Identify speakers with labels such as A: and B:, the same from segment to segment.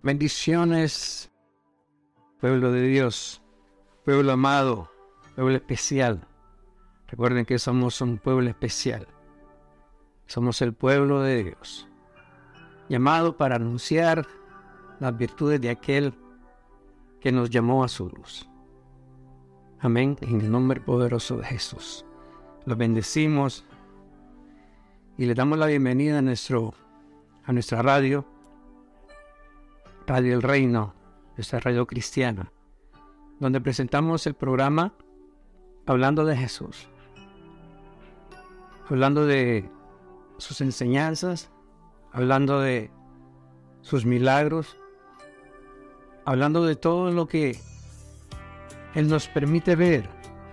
A: Bendiciones, pueblo de Dios, pueblo amado, pueblo especial. Recuerden que somos un pueblo especial. Somos el pueblo de Dios, llamado para anunciar las virtudes de aquel que nos llamó a su luz. Amén, en el nombre poderoso de Jesús. Los bendecimos y le damos la bienvenida a nuestra radio El Reino, nuestra radio cristiana, donde presentamos el programa hablando de Jesús, hablando de sus enseñanzas, hablando de sus milagros, hablando de todo lo que Él nos permite ver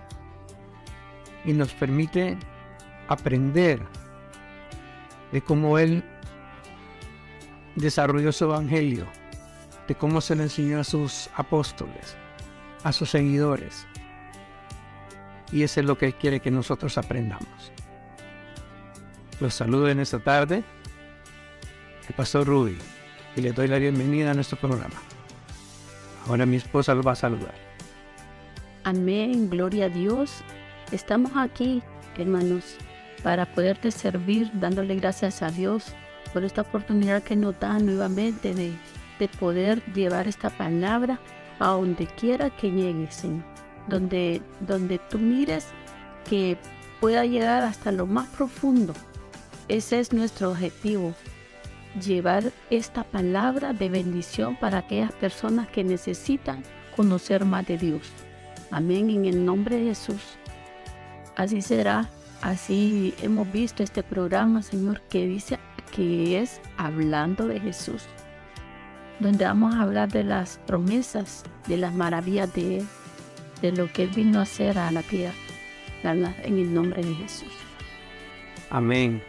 A: y nos permite aprender de cómo Él desarrolló su evangelio, de cómo se le enseñó a sus apóstoles, a sus seguidores. Y eso es lo que Él quiere que nosotros aprendamos. Los saludo en esta tarde, el pastor Rudy, y le doy la bienvenida a nuestro programa. Ahora mi esposa lo va a saludar.
B: Amén, gloria a Dios. Estamos aquí, hermanos, para poderte servir, dándole gracias a Dios por esta oportunidad que nos da nuevamente de poder llevar esta palabra a donde quiera que llegue, Señor. Donde tú mires que pueda llegar hasta lo más profundo. Ese es nuestro objetivo, llevar esta palabra de bendición para aquellas personas que necesitan conocer más de Dios. Amén, en el nombre de Jesús. Así será, así hemos visto este programa, Señor, que dice que es Hablando de Jesús, donde vamos a hablar de las promesas, de las maravillas de Él, de lo que Él vino a hacer a la tierra, en el nombre de Jesús.
A: Amén.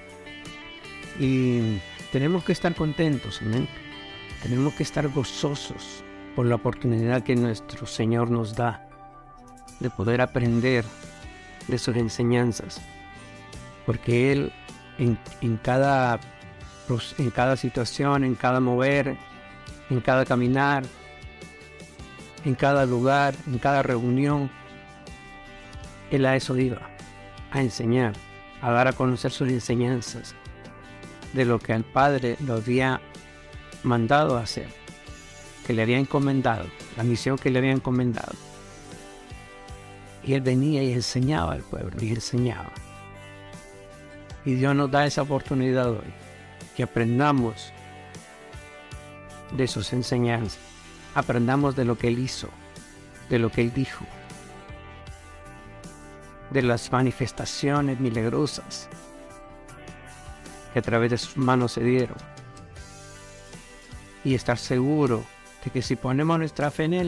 A: Y tenemos que estar contentos, amén. Tenemos que estar gozosos por la oportunidad que nuestro Señor nos da de poder aprender de sus enseñanzas, porque Él en cada situación, en cada mover, en cada caminar, en cada lugar, en cada reunión, Él a eso iba, a enseñar, a dar a conocer sus enseñanzas de lo que al Padre lo había mandado a hacer, que le había encomendado, la misión que le había encomendado. Y Él venía y enseñaba al pueblo, y enseñaba. Y Dios nos da esa oportunidad hoy, que aprendamos de sus enseñanzas, aprendamos de lo que Él hizo, de lo que Él dijo, de las manifestaciones milagrosas que a través de sus manos se dieron. Y estar seguro de que si ponemos nuestra fe en Él,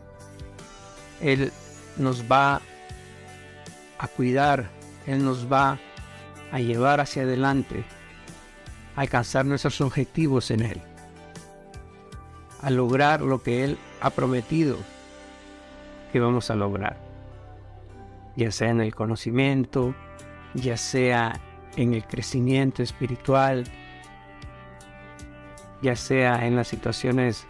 A: Él nos va a cuidar, Él nos va a llevar hacia adelante, a alcanzar nuestros objetivos en Él, a lograr lo que Él ha prometido que vamos a lograr, ya sea en el conocimiento, ya sea en el crecimiento espiritual, ya sea en las situaciones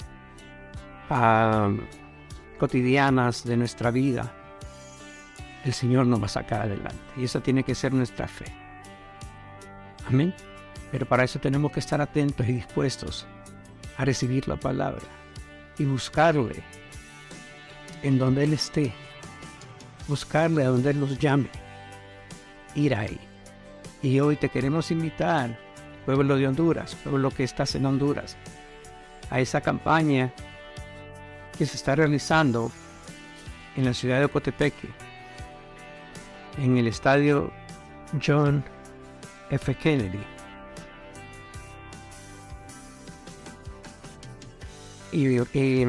A: cotidianas de nuestra vida. El Señor nos va a sacar adelante, y esa tiene que ser nuestra fe. Amén. Pero para eso tenemos que estar atentos y dispuestos a recibir la palabra y buscarle en donde Él esté, buscarle a donde Él nos llame, ir ahí. Y hoy te queremos invitar, pueblo de Honduras, pueblo que estás en Honduras, a esa campaña que se está realizando en la ciudad de Ocotepeque, en el estadio John F. Kennedy. Y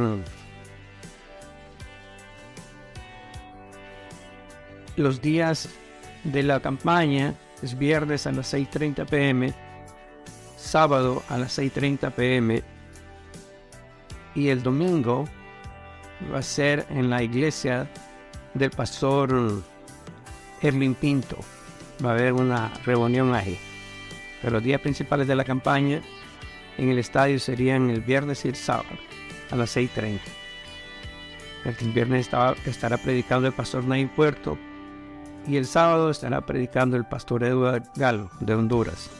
A: los días de la campaña es viernes a las 6:30 p.m., sábado a las 6:30 p.m. y el domingo va a ser en la iglesia del pastor Erwin Pinto. Va a haber una reunión ahí. Pero los días principales de la campaña en el estadio serían el viernes y el sábado a las 6:30. El viernes estará predicando el pastor Naim Puerto y el sábado estará predicando el pastor Eduardo Galo de Honduras.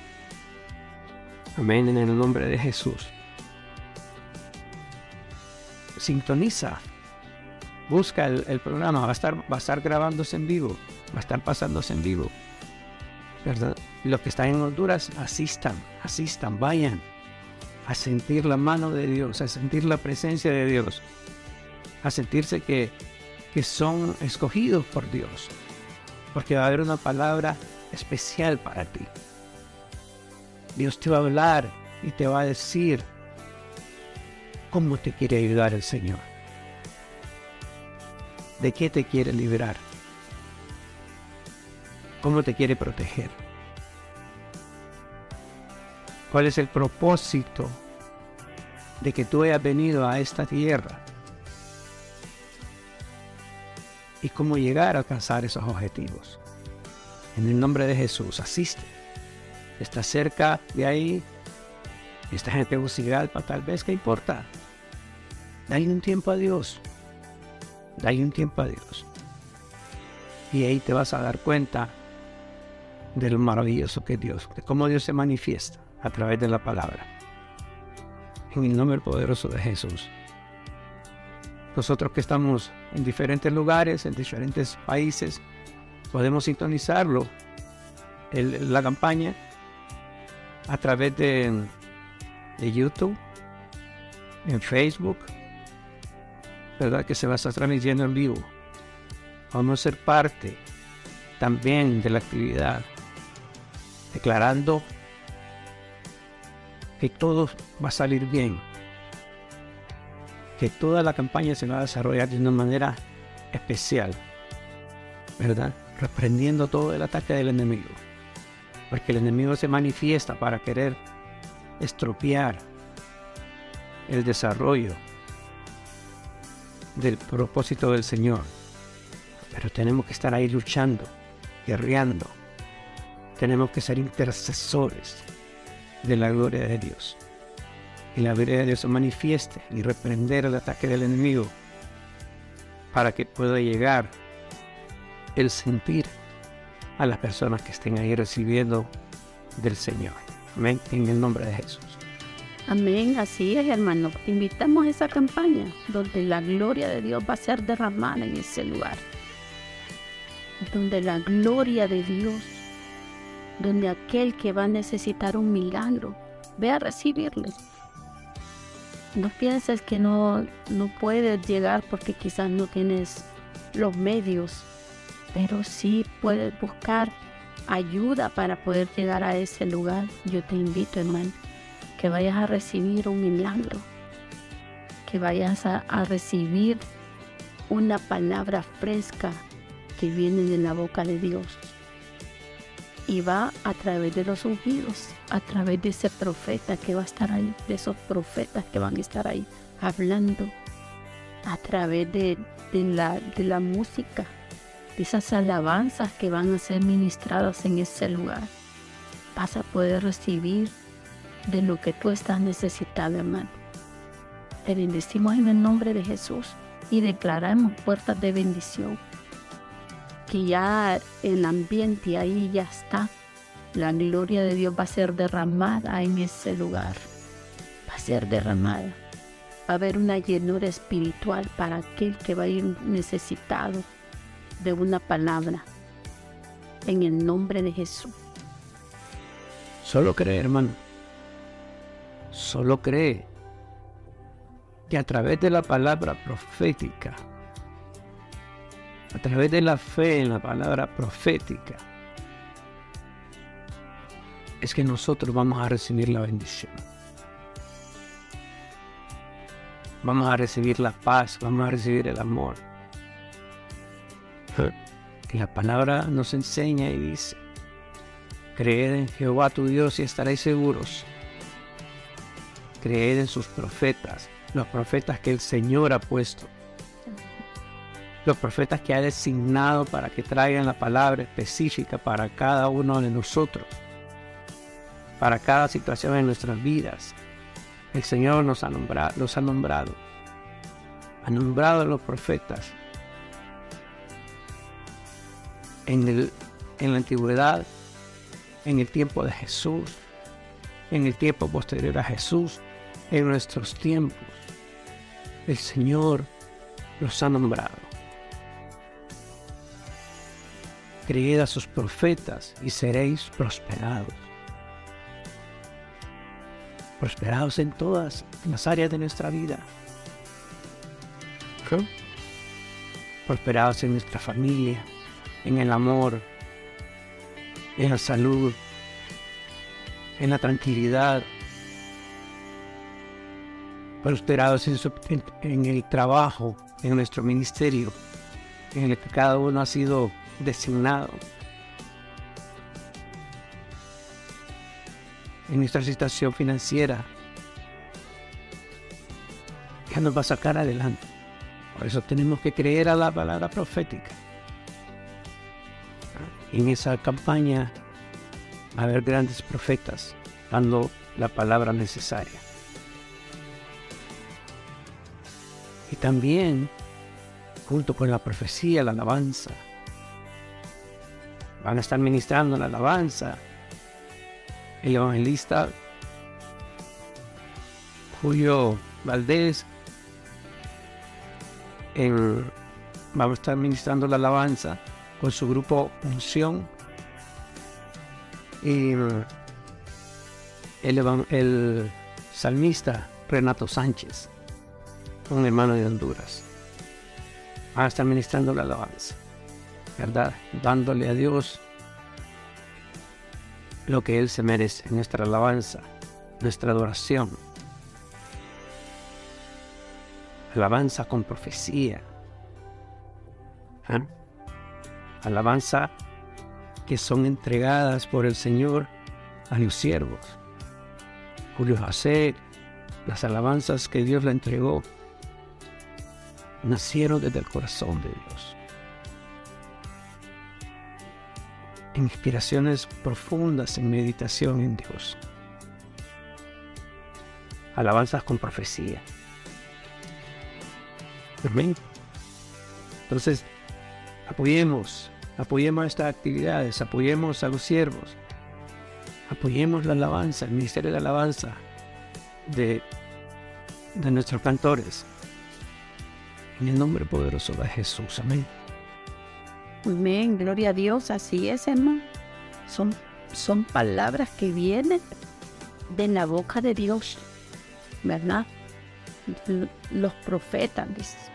A: Amén, en el nombre de Jesús. Sintoniza, busca el programa, va a estar grabándose en vivo, va a estar pasándose en vivo, ¿verdad? Los que están en Honduras, asistan, vayan a sentir la mano de Dios, a sentir la presencia de Dios, a sentirse que son escogidos por Dios, porque va a haber una palabra especial para ti. Dios te va a hablar y te va a decir cómo te quiere ayudar el Señor, de qué te quiere liberar, cómo te quiere proteger, cuál es el propósito de que tú hayas venido a esta tierra y cómo llegar a alcanzar esos objetivos. En el nombre de Jesús, asiste. Está cerca de ahí, estás en Tegucigalpa, tal vez, ¿qué importa? Dale un tiempo a Dios. Dale un tiempo a Dios. Y ahí te vas a dar cuenta de lo maravilloso que es Dios, de cómo Dios se manifiesta a través de la palabra. En el nombre poderoso de Jesús. Nosotros que estamos en diferentes lugares, en diferentes países, podemos sintonizarlo, la campaña, a través de YouTube, en Facebook, ¿verdad? Que se va a estar transmitiendo en vivo. Vamos a ser parte también de la actividad, declarando que todo va a salir bien, que toda la campaña se va a desarrollar de una manera especial, ¿verdad? Reprendiendo todo el ataque del enemigo, porque el enemigo se manifiesta para querer estropear el desarrollo del propósito del Señor. Pero tenemos que estar ahí luchando, guerreando. Tenemos que ser intercesores de la gloria de Dios. Y la gloria de Dios se manifieste y reprender el ataque del enemigo para que pueda llegar el sentir a las personas que estén ahí recibiendo del Señor. Amén, en el nombre de Jesús.
B: Amén, así es, hermano. Te invitamos a esa campaña donde la gloria de Dios va a ser derramada en ese lugar. Donde la gloria de Dios, donde aquel que va a necesitar un milagro, ve a recibirle. No pienses que no puedes llegar porque quizás no tienes los medios, pero sí puedes buscar ayuda para poder llegar a ese lugar. Yo te invito, hermano, que vayas a recibir un milagro, que vayas a recibir una palabra fresca que viene de la boca de Dios. Y va a través de los ungidos, a través de ese profeta que va a estar ahí, de esos profetas que van a estar ahí hablando, a través de la música, de esas alabanzas que van a ser ministradas en ese lugar. Vas a poder recibir de lo que tú estás necesitando, hermano. Te bendecimos en el nombre de Jesús y declaramos puertas de bendición. Que ya el ambiente ahí ya está. La gloria de Dios va a ser derramada en ese lugar. Va a ser derramada. Va a haber una llenura espiritual para aquel que va a ir necesitado de una palabra. En el nombre de Jesús.
A: Solo cree, hermano. Solo cree que a través de la palabra profética, a través de la fe en la palabra profética, es que nosotros vamos a recibir la bendición. Vamos a recibir la paz, vamos a recibir el amor. Que la palabra nos enseña y dice: creed en Jehová tu Dios y estaréis seguros. Creed en sus profetas, los profetas que el Señor ha puesto. Los profetas que ha designado para que traigan la palabra específica para cada uno de nosotros, para cada situación en nuestras vidas. El Señor nos ha nombrado. Ha nombrado a los profetas. En la antigüedad, en el tiempo de Jesús, en el tiempo posterior a Jesús, en nuestros tiempos, el Señor los ha nombrado. Creed a sus profetas y seréis prosperados. Prosperados en todas las áreas de nuestra vida. ¿Sí? Prosperados en nuestra familia, en el amor, en la salud, en la tranquilidad. Prosperados en el trabajo, en nuestro ministerio, en el que cada uno ha sido designado. En nuestra situación financiera, que nos va a sacar adelante. Por eso tenemos que creer a la palabra profética. En esa campaña va a haber grandes profetas dando la palabra necesaria. Y también, junto con la profecía, la alabanza, van a estar ministrando la alabanza el evangelista Julio Valdés. Vamos a estar ministrando la alabanza con su grupo Unción. Y el salmista Renato Sánchez, un hermano de Honduras, van a estar ministrando la alabanza, ¿verdad? Dándole a Dios lo que Él se merece, nuestra alabanza, nuestra adoración. Alabanza con profecía. Alabanza que son entregadas por el Señor a los siervos. Julio José, las alabanzas que Dios le entregó nacieron desde el corazón de Dios. Inspiraciones profundas en meditación en Dios. Alabanzas con profecía. Amén. Entonces, apoyemos estas actividades, apoyemos a los siervos, apoyemos la alabanza, el ministerio de alabanza de nuestros cantores. En el nombre poderoso de Jesús. Amén.
B: Amén, gloria a Dios, así es, hermano. Son palabras que vienen de la boca de Dios, ¿verdad? Los profetas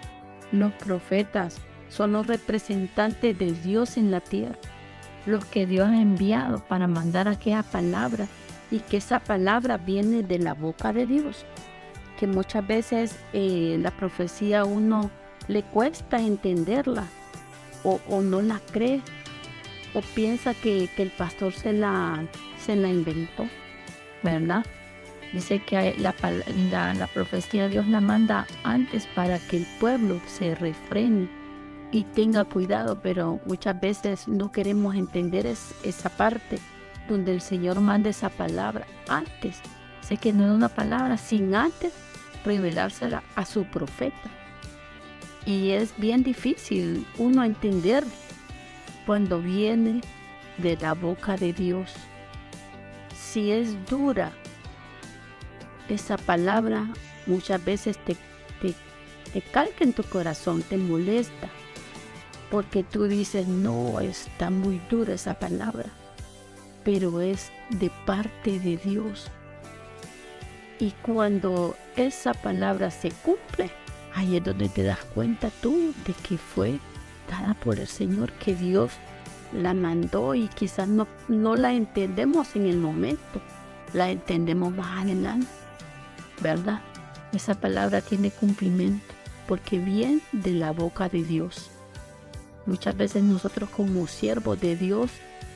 B: son los representantes de Dios en la tierra, los que Dios ha enviado para mandar aquella palabra, y que esa palabra viene de la boca de Dios, que muchas veces la profecía a uno le cuesta entenderla, o no la cree, o piensa que el pastor se la inventó, ¿verdad? Dice que la profecía Dios la manda antes para que el pueblo se refrene y tenga cuidado, pero muchas veces no queremos entender esa parte donde el Señor manda esa palabra antes. Sé que no es una palabra sin antes revelársela a su profeta. Y es bien difícil uno entender cuando viene de la boca de Dios. Si es dura esa palabra, muchas veces te calca en tu corazón, te molesta, porque tú dices, no, está muy dura esa palabra, pero es de parte de Dios. Y cuando esa palabra se cumple, ahí es donde te das cuenta tú de que fue dada por el Señor, que Dios la mandó, y quizás no la entendemos en el momento, la entendemos más adelante, ¿verdad? Esa palabra tiene cumplimiento porque viene de la boca de Dios. Muchas veces nosotros como siervos de Dios,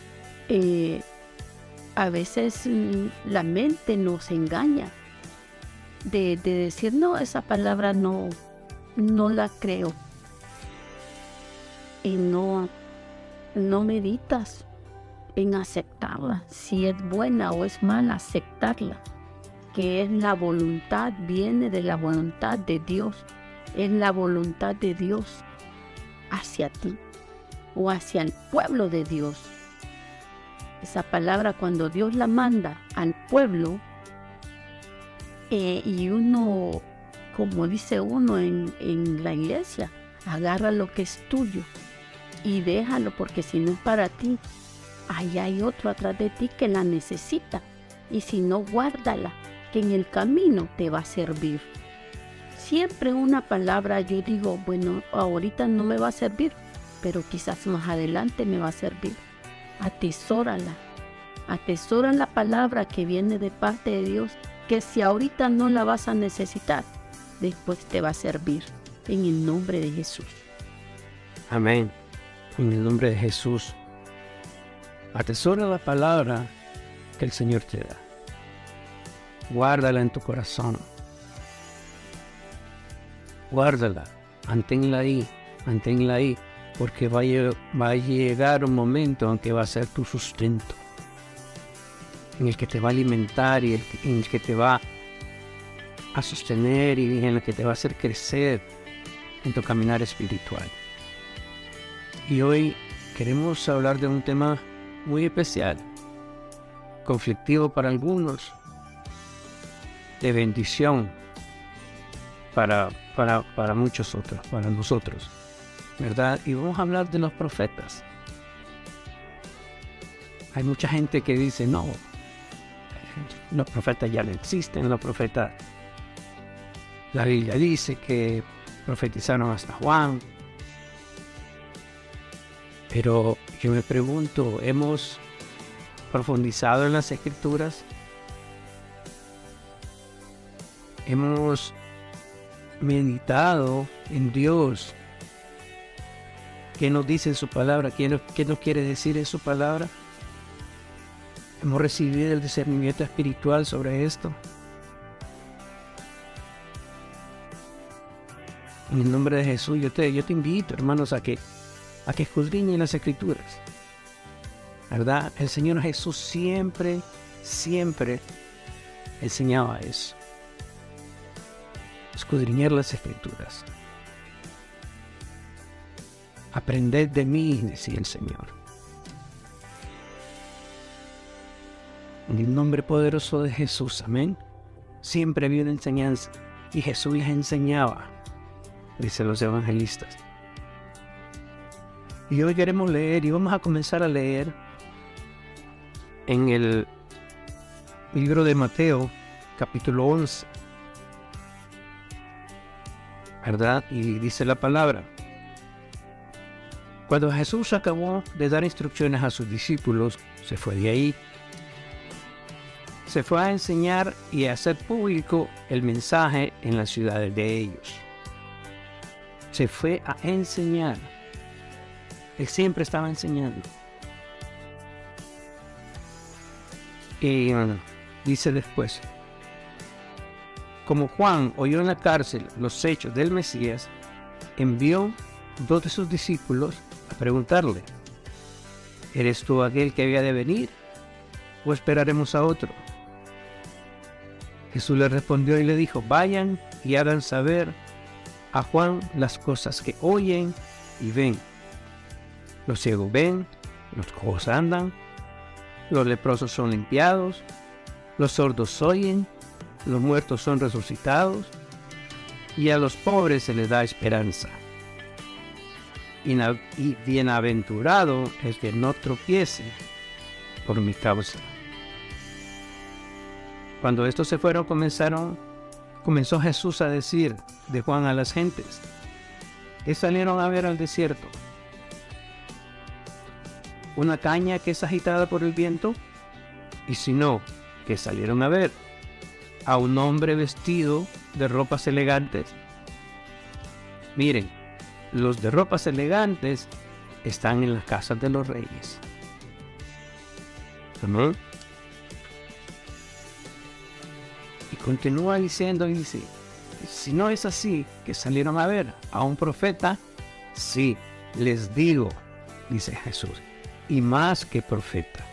B: a veces la mente nos engaña de decir, no, esa palabra no la creo, y no meditas en aceptarla, si es buena o es mala, aceptarla, que es la voluntad, viene de la voluntad de Dios, es la voluntad de Dios hacia ti o hacia el pueblo de Dios. Esa palabra cuando Dios la manda al pueblo y uno, como dice uno en la iglesia, agarra lo que es tuyo y déjalo, porque si no es para ti, ahí hay otro atrás de ti que la necesita, y si no, guárdala, que en el camino te va a servir. Siempre una palabra yo digo, bueno, ahorita no me va a servir, pero quizás más adelante me va a servir. Atesórala, atesora la palabra que viene de parte de Dios, que si ahorita no la vas a necesitar, después te va a servir, en el nombre de Jesús.
A: Amén. En el nombre de Jesús. Atesora la palabra que el Señor te da. Guárdala en tu corazón. Guárdala. Manténla ahí, porque va a llegar un momento en que va a ser tu sustento, en el que te va a alimentar y en el que te va a sostener y en el que te va a hacer crecer en tu caminar espiritual. Y hoy queremos hablar de un tema muy especial, conflictivo para algunos, de bendición para muchos otros, para nosotros, ¿verdad? Y vamos a hablar de los profetas. Hay mucha gente que dice, no, los profetas ya no existen, los profetas, la Biblia dice que profetizaron hasta Juan. Pero yo me pregunto, ¿hemos profundizado en las Escrituras? ¿Hemos meditado en Dios? ¿Qué nos dice en su palabra? ¿Qué nos quiere decir en su palabra? ¿Hemos recibido el discernimiento espiritual sobre esto? En el nombre de Jesús, yo te invito, hermanos, a que escudriñen las Escrituras, ¿verdad? El Señor Jesús siempre enseñaba eso. Escudriñar las Escrituras. Aprended de mí, decía el Señor. En el nombre poderoso de Jesús, amén. Siempre había una enseñanza y Jesús les enseñaba, dicen los evangelistas. Y hoy queremos leer y vamos a comenzar a leer en el libro de Mateo, capítulo 11, ¿verdad? Y dice la palabra: cuando Jesús acabó de dar instrucciones a sus discípulos, se fue de ahí. Se fue a enseñar y a hacer público el mensaje en las ciudades de ellos. Se fue a enseñar. Él siempre estaba enseñando. Y dice después: como Juan oyó en la cárcel los hechos del Mesías, envió 2 de sus discípulos a preguntarle: ¿eres tú aquel que había de venir, o esperaremos a otro? Jesús le respondió y le dijo: vayan y hagan saber a Juan las cosas que oyen y ven. Los ciegos ven, los cojos andan, los leprosos son limpiados, los sordos oyen, los muertos son resucitados, y a los pobres se les da esperanza. Y bienaventurado el que no tropiece por mi causa. Cuando estos se fueron, comenzó Jesús a decir de Juan a las gentes: ¿qué salieron a ver al desierto? ¿Una caña que es agitada por el viento? Y si no, ¿qué salieron a ver? ¿A un hombre vestido de ropas elegantes? Miren, los de ropas elegantes están en las casas de los reyes. ¿No? Y continúa diciendo y dice: si no es así, que salieron a ver a un profeta, sí, les digo, dice Jesús, y más que profeta.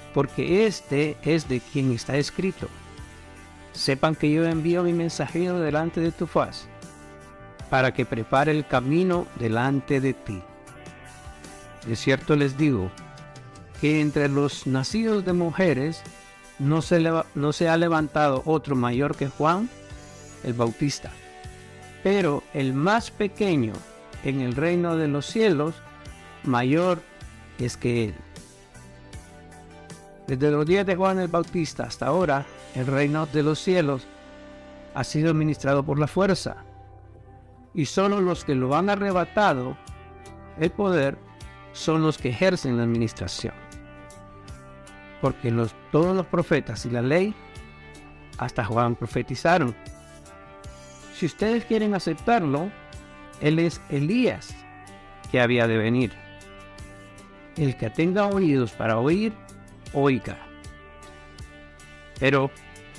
A: porque este es de quien está escrito: sepan que yo envío mi mensajero delante de tu faz, para que prepare el camino delante de ti. De cierto les digo, que entre los nacidos de mujeres no se ha levantado otro mayor que Juan el Bautista, pero el más pequeño en el reino de los cielos mayor es que él. Desde los días de Juan el Bautista hasta ahora, el reino de los cielos ha sido administrado por la fuerza, y solo los que lo han arrebatado el poder son los que ejercen la administración. Porque todos los profetas y la ley hasta Juan profetizaron. Si ustedes quieren aceptarlo, él es Elías que había de venir. El que tenga oídos para oír, oiga. Pero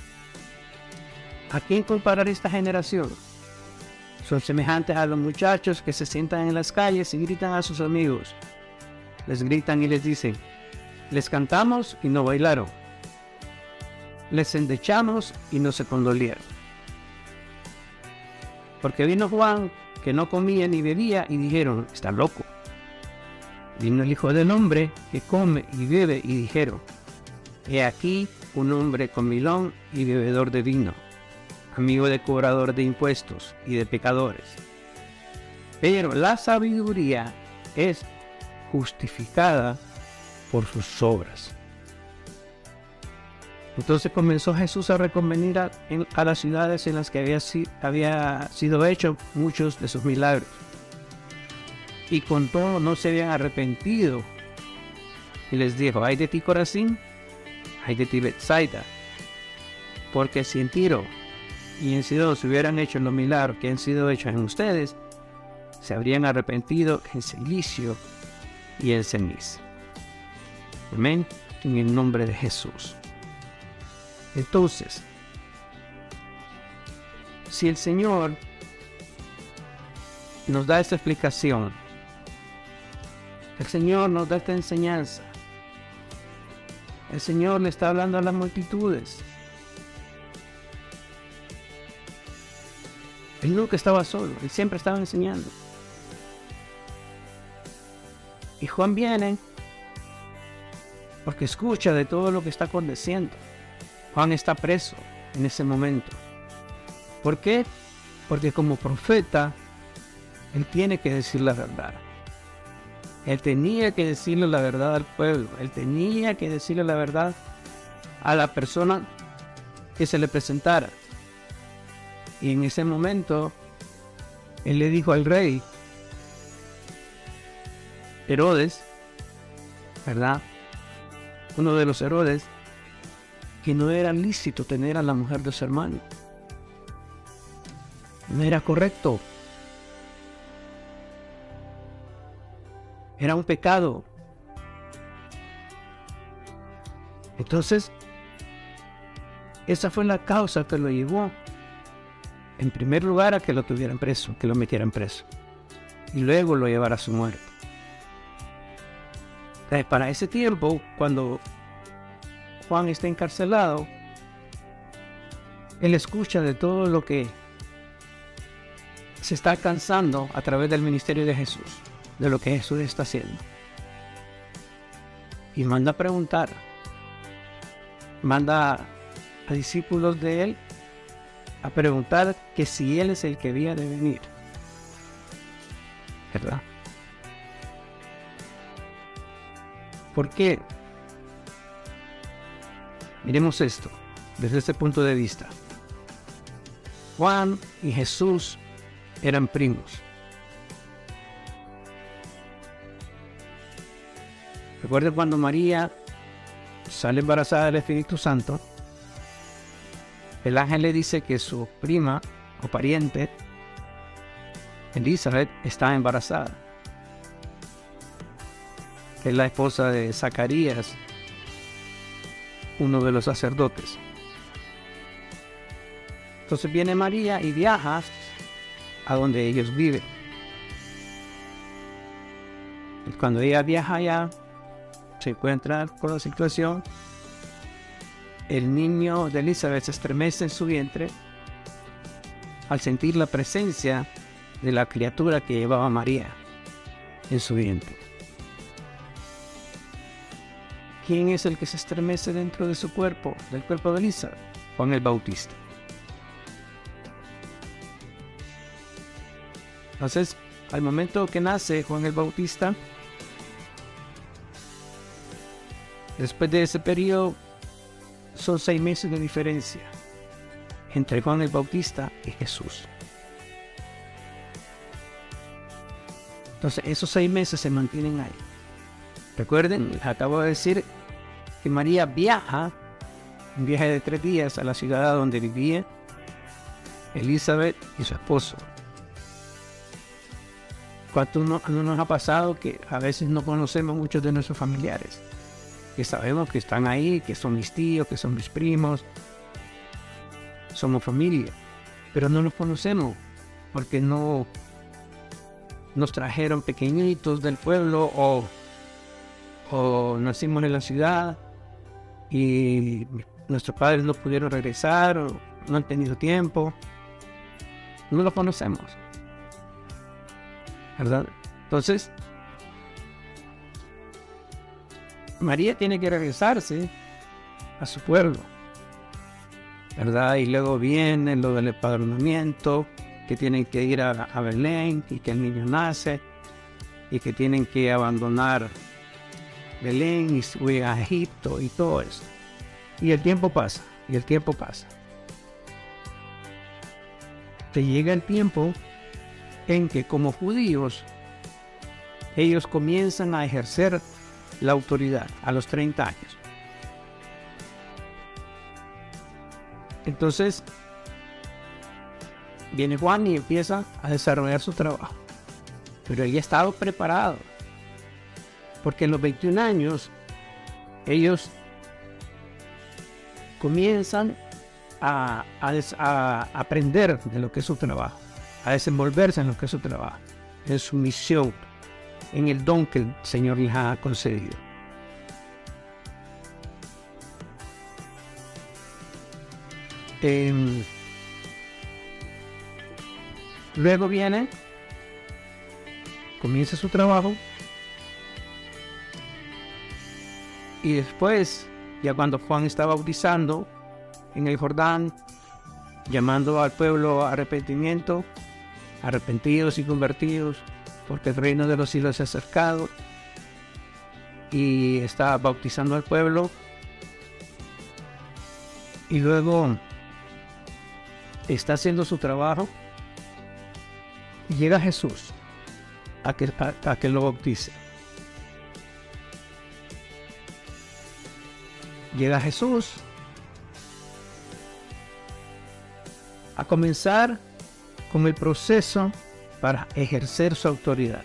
A: ¿a quién comparar esta generación? Son semejantes a los muchachos que se sientan en las calles y gritan a sus amigos. Les gritan y les dicen: les cantamos y no bailaron. Les endechamos y no se condolieron. Porque vino Juan, que no comía ni bebía, y dijeron: está loco. Vino el Hijo del Hombre, que come y bebe, y dijeron: he aquí un hombre comilón y bebedor de vino, amigo de cobrador de impuestos y de pecadores. Pero la sabiduría es justificada por sus obras. Entonces comenzó Jesús a reconvenir a las ciudades en las que había sido hecho muchos de sus milagros, y con todo no se habían arrepentido. Y les dijo: ay de ti, Corazín, ay de ti, Betsaida, porque si en Tiro y en Sidón se hubieran hecho los milagros que han sido hechos en ustedes, se habrían arrepentido en Cilicio y en Ceniz. Amén, en el nombre de Jesús. Entonces, si el Señor nos da esta explicación, el Señor nos da esta enseñanza, el Señor le está hablando a las multitudes. Él nunca estaba solo, Él siempre estaba enseñando. Y Juan viene porque escucha de todo lo que está aconteciendo. Juan está preso en ese momento. ¿Por qué? Porque como profeta, él tiene que decir la verdad. Él tenía que decirle la verdad al pueblo. Él tenía que decirle la verdad a la persona que se le presentara. Y en ese momento, él le dijo al rey Herodes, ¿verdad? Uno de los Herodes, que no era lícito tener a la mujer de su hermano. No era correcto. Era un pecado. Entonces, esa fue la causa que lo llevó, en primer lugar, a que lo tuvieran preso, que lo metieran preso, y luego lo llevara a su muerte. Entonces, para ese tiempo, cuando Juan está encarcelado, él escucha de todo lo que se está alcanzando a través del ministerio de Jesús, de lo que Jesús está haciendo. Y manda a preguntar, manda a discípulos de él a preguntar que si él es el que había de venir, ¿verdad? ¿Por qué? Miremos esto desde este punto de vista. Juan y Jesús eran primos. Recuerden cuando María sale embarazada del Espíritu Santo, el ángel le dice que su prima o pariente, Elizabeth, está embarazada. Es la esposa de Zacarías, uno de los sacerdotes. Entonces viene María y viaja a donde ellos viven. Y cuando ella viaja allá, se encuentra con la situación, el niño de Elizabeth se estremece en su vientre al sentir la presencia de la criatura que llevaba María en su vientre. ¿Quién es el que se estremece dentro de su cuerpo, del cuerpo de Elizabeth? Juan el Bautista. Entonces, al momento que nace Juan el Bautista, después de ese periodo, son 6 meses de diferencia entre Juan el Bautista y Jesús. Entonces, esos 6 meses se mantienen ahí. Recuerden, les acabo de decir que María viaja, un viaje de 3 días a la ciudad donde vivía Elizabeth y su esposo. ¿Cuánto no nos ha pasado que a veces no conocemos muchos de nuestros familiares? Que sabemos que están ahí, que son mis tíos, que son mis primos, somos familia, pero no los conocemos porque no nos trajeron pequeñitos del pueblo o nacimos en la ciudad y nuestros padres no pudieron regresar o no han tenido tiempo. No los conocemos, ¿verdad? Entonces, María tiene que regresarse a su pueblo, ¿verdad? Y luego viene lo del empadronamiento, que tienen que ir a Belén y que el niño nace y que tienen que abandonar Belén y subir a Egipto y todo eso. Y el tiempo pasa, y el tiempo pasa. Te llega el tiempo en que como judíos ellos comienzan a ejercer la autoridad a los 30 años. Entonces viene Juan y empieza a desarrollar su trabajo, pero él ya estaba preparado, porque en los 21 años ellos comienzan a aprender de lo que es su trabajo, a desenvolverse en lo que es su trabajo, en su misión, en el don que el Señor les ha concedido. Luego comienza su trabajo y después, ya cuando Juan está bautizando en el Jordán, llamando al pueblo a arrepentimiento, arrepentidos y convertidos, porque el reino de los cielos se ha acercado, y está bautizando al pueblo, y luego está haciendo su trabajo, y llega Jesús a que lo bautice. Llega Jesús a comenzar con el proceso para ejercer su autoridad.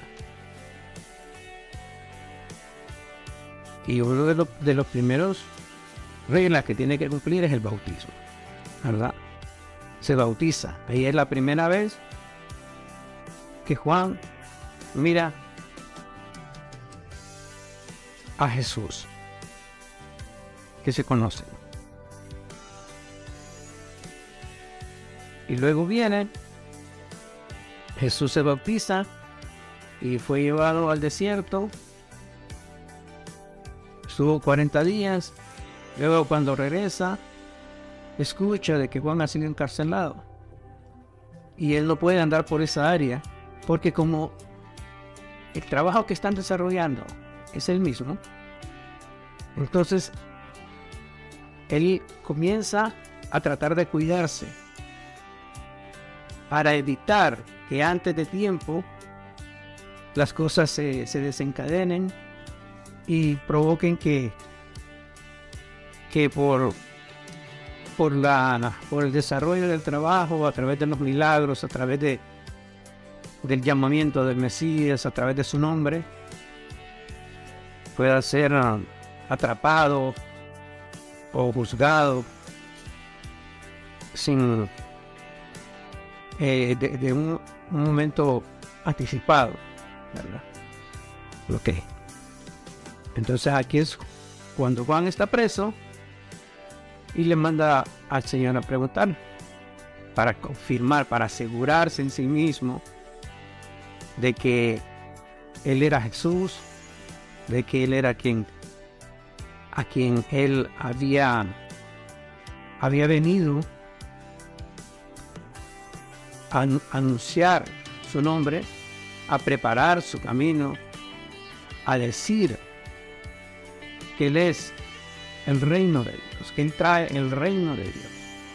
A: Y uno de los primeros reglas que tiene que cumplir es el bautismo, ¿verdad? Se bautiza. Ahí es la primera vez que Juan mira a Jesús, que se conocen. Y luego viene, Jesús se bautiza y fue llevado al desierto. Estuvo 40 días. Luego cuando regresa, escucha de que Juan ha sido encarcelado. Y él no puede andar por esa área, porque como el trabajo que están desarrollando es el mismo, entonces él comienza a tratar de cuidarse para evitar que antes de tiempo las cosas se desencadenen y provoquen que por el desarrollo del trabajo, a través de los milagros, a través del llamamiento del Mesías, a través de su nombre, pueda ser atrapado o juzgado sin de un momento anticipado, ¿verdad? Ok. Entonces aquí es cuando Juan está preso y le manda al Señor a preguntar para confirmar, para asegurarse en sí mismo de que Él era Jesús, de que Él era a quien Él había venido a anunciar su nombre, a preparar su camino, a decir que Él es el reino de Dios, que Él trae el reino de Dios.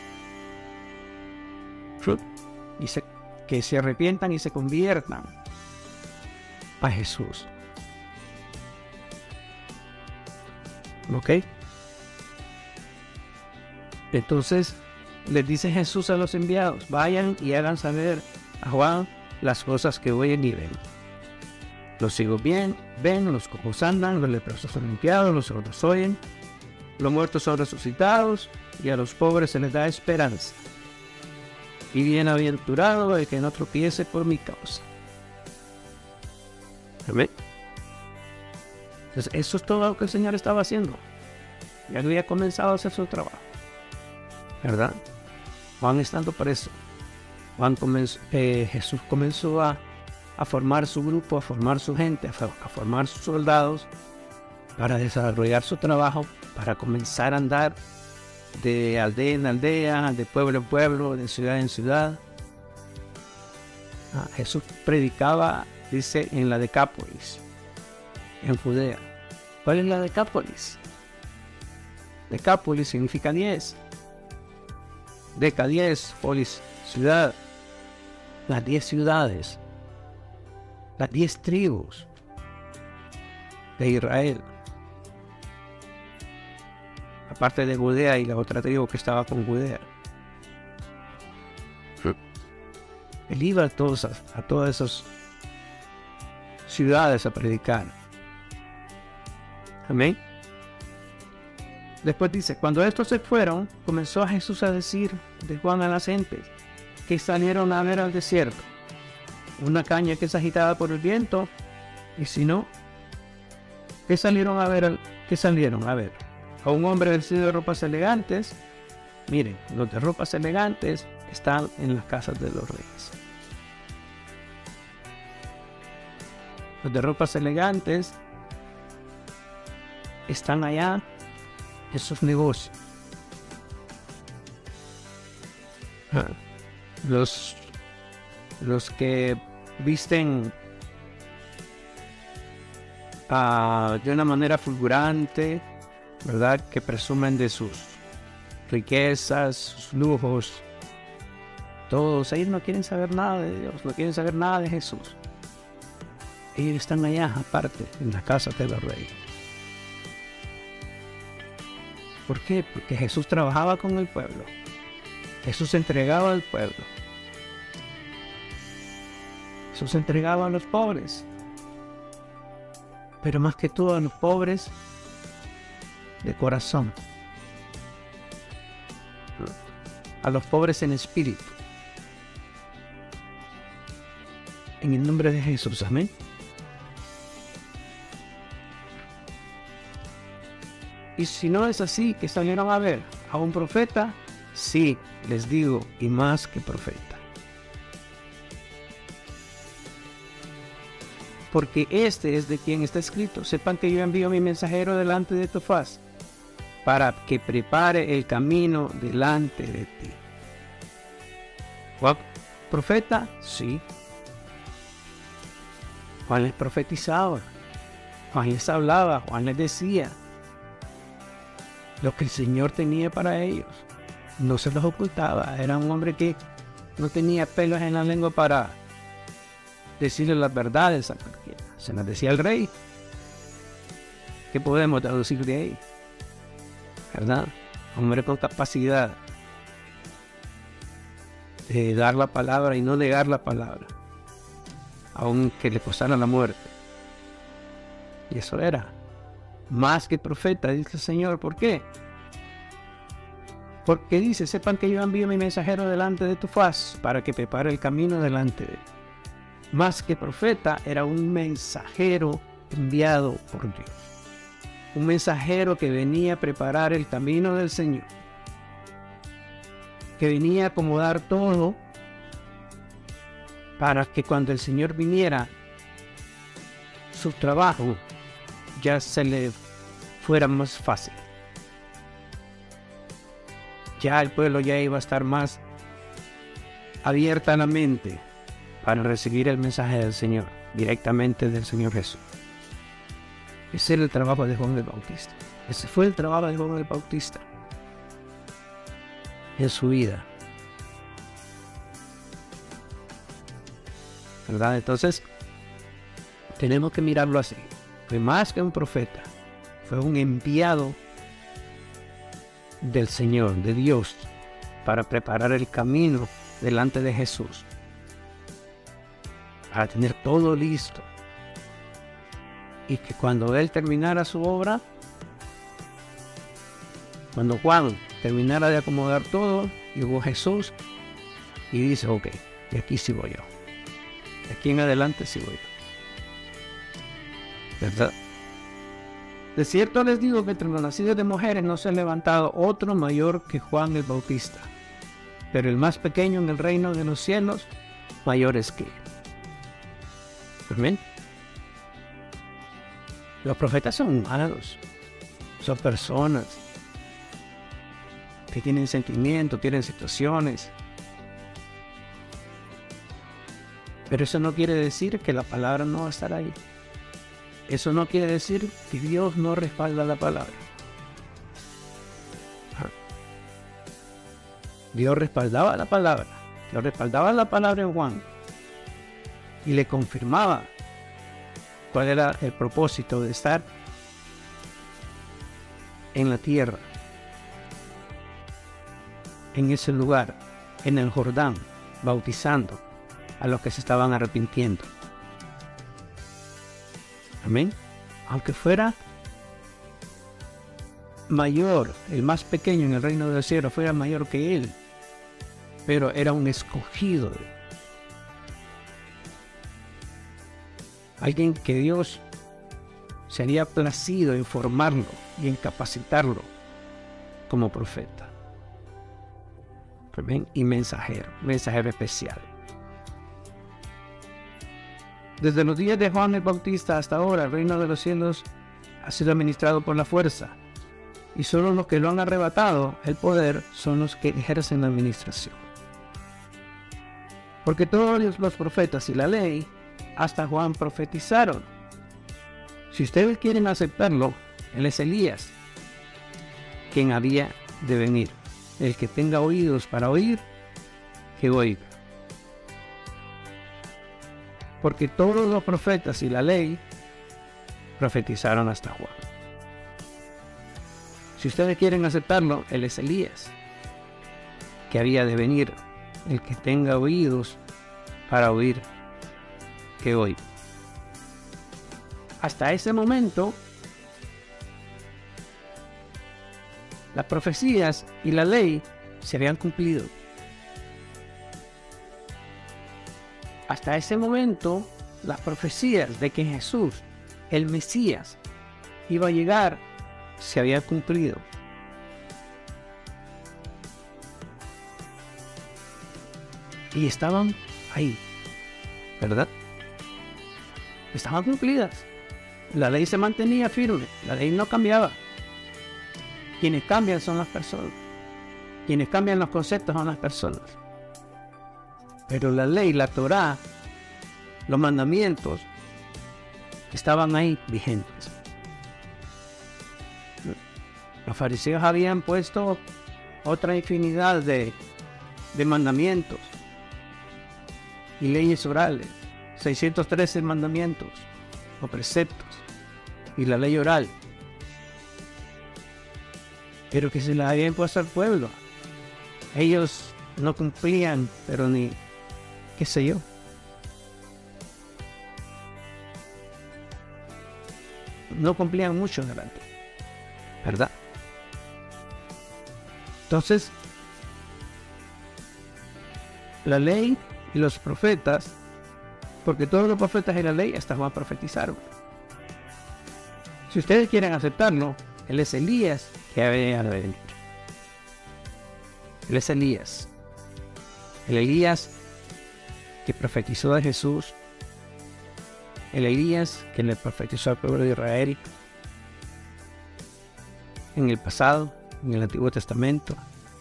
A: Y que se arrepientan y se conviertan a Jesús. ¿Ok? Entonces les dice Jesús a los enviados: vayan y hagan saber a Juan las cosas que oyen y ven. Los ciegos ven, los cojos andan, los leprosos son limpiados, los sordos oyen, los muertos son resucitados, y a los pobres se les da esperanza. Y bienaventurado el que no tropiece por mi causa. ¿Amén? Entonces, eso es todo lo que el Señor estaba haciendo. Ya había comenzado a hacer su trabajo, ¿verdad? Juan estando preso, Jesús comenzó a formar su grupo, a formar su gente, a formar sus soldados para desarrollar su trabajo, para comenzar a andar de aldea en aldea, de pueblo en pueblo, de ciudad en ciudad. Jesús predicaba, dice, en la Decápolis, en Judea. ¿Cuál es la Decápolis? Decápolis significa 10. Deca 10, polis, ciudad. Las 10 ciudades, las 10 tribus de Israel. Aparte de Judea y la otra tribu que estaba con Judea. Él iba a todas esas ciudades a predicar. Amén. Después dice: cuando estos se fueron, comenzó Jesús a decir de Juan a las gentes que salieron a ver al desierto, una caña que es agitada por el viento, y si no, ¿qué salieron a ver? A un hombre vestido de ropas elegantes. Miren, los de ropas elegantes están en las casas de los reyes. Los de ropas elegantes están allá en sus negocios. Los que visten de una manera fulgurante, ¿verdad? Que presumen de sus riquezas, sus lujos. Todos ellos no quieren saber nada de Dios, no quieren saber nada de Jesús. Ellos están allá aparte, en la casa de los reyes. ¿Por qué? Porque Jesús trabajaba con el pueblo. Jesús entregaba al pueblo. Jesús entregaba a los pobres. Pero más que todo a los pobres de corazón. A los pobres en espíritu. En el nombre de Jesús, amén. Y si no es así, que salieron a ver a un profeta, sí, les digo, y más que profeta. Porque este es de quien está escrito: sepan que yo envío mi mensajero delante de tu faz, para que prepare el camino delante de ti. ¿Juan profeta? Sí. Juan les profetizaba, Juan les hablaba, Juan les decía lo que el Señor tenía para ellos. No se los ocultaba. Era un hombre que no tenía pelos en la lengua para decirle las verdades a cualquiera. Se las decía el rey. ¿Qué podemos deducir de ahí? ¿Verdad? Hombre con capacidad de dar la palabra y no negar la palabra, aunque le costara la muerte. Y eso era más que profeta, dice el Señor. ¿Por qué? Porque dice: sepan que yo envío mi mensajero delante de tu faz, para que prepare el camino delante de ti. Más que profeta, era un mensajero enviado por Dios. un mensajero que venía a preparar el camino del Señor, que venía a acomodar todo para que cuando el Señor viniera, su trabajo ya se le fuera más fácil. Ya el pueblo ya iba a estar más abierta la mente para recibir el mensaje del Señor, directamente del Señor Jesús. Ese era el trabajo de Juan el Bautista. Ese fue el trabajo de Juan el Bautista en su vida, ¿verdad? Entonces, tenemos que mirarlo así. Fue más que un profeta, fue un enviado del Señor, de Dios, para preparar el camino delante de Jesús, para tener todo listo, y que cuando Él terminara su obra, cuando Juan terminara de acomodar todo, llegó Jesús y dice: ok, de aquí sí voy yo, de aquí en adelante sí voy yo, ¿verdad? De cierto les digo que entre los nacidos de mujeres no se ha levantado otro mayor que Juan el Bautista, pero el más pequeño en el reino de los cielos mayor es que él. Amén. Los profetas son humanos, son personas que tienen sentimientos, tienen situaciones, pero eso no quiere decir que la palabra no va a estar ahí. Eso no quiere decir que Dios no respalda la palabra. Dios respaldaba la palabra. Dios respaldaba la palabra en Juan y le confirmaba cuál era el propósito de estar en la tierra, en ese lugar, en el Jordán, bautizando a los que se estaban arrepintiendo. Amén. Aunque fuera mayor, el más pequeño en el reino del cielo, fuera mayor que él, pero era un escogido. Alguien que Dios se había placido en formarlo y en capacitarlo como profeta. Amén. Y mensajero especial. Desde los días de Juan el Bautista hasta ahora, el reino de los cielos ha sido administrado por la fuerza, y solo los que lo han arrebatado el poder son los que ejercen la administración. Porque todos los profetas y la ley, hasta Juan, profetizaron. Si ustedes quieren aceptarlo, él es Elías, quien había de venir. El que tenga oídos para oír, que oiga. Porque todos los profetas y la ley profetizaron hasta Juan. Si ustedes quieren aceptarlo, él es Elías, que había de venir. El que tenga oídos para oír, que oiga. Hasta ese momento, las profecías y la ley se habían cumplido. Hasta ese momento, las profecías de que Jesús, el Mesías, iba a llegar, se habían cumplido. Y estaban ahí, ¿verdad? Estaban cumplidas. La ley se mantenía firme, la ley no cambiaba. Quienes cambian son las personas. Quienes cambian los conceptos son las personas. Pero la ley, la Torá, los mandamientos, estaban ahí vigentes. Los fariseos habían puesto otra infinidad de mandamientos y leyes orales, 613 mandamientos o preceptos y la ley oral, pero que se la habían puesto al pueblo. Ellos no cumplían, pero ni qué sé yo. No cumplían mucho delante, ¿verdad? Entonces, la ley y los profetas, porque todos los profetas y la ley hasta Juan profetizaron. Si ustedes quieren aceptarlo, Él es Elías que había de venir. Él es Elías. El Elías que profetizó de Jesús. El Elías que le profetizó al pueblo de Israel en el pasado, en el Antiguo Testamento,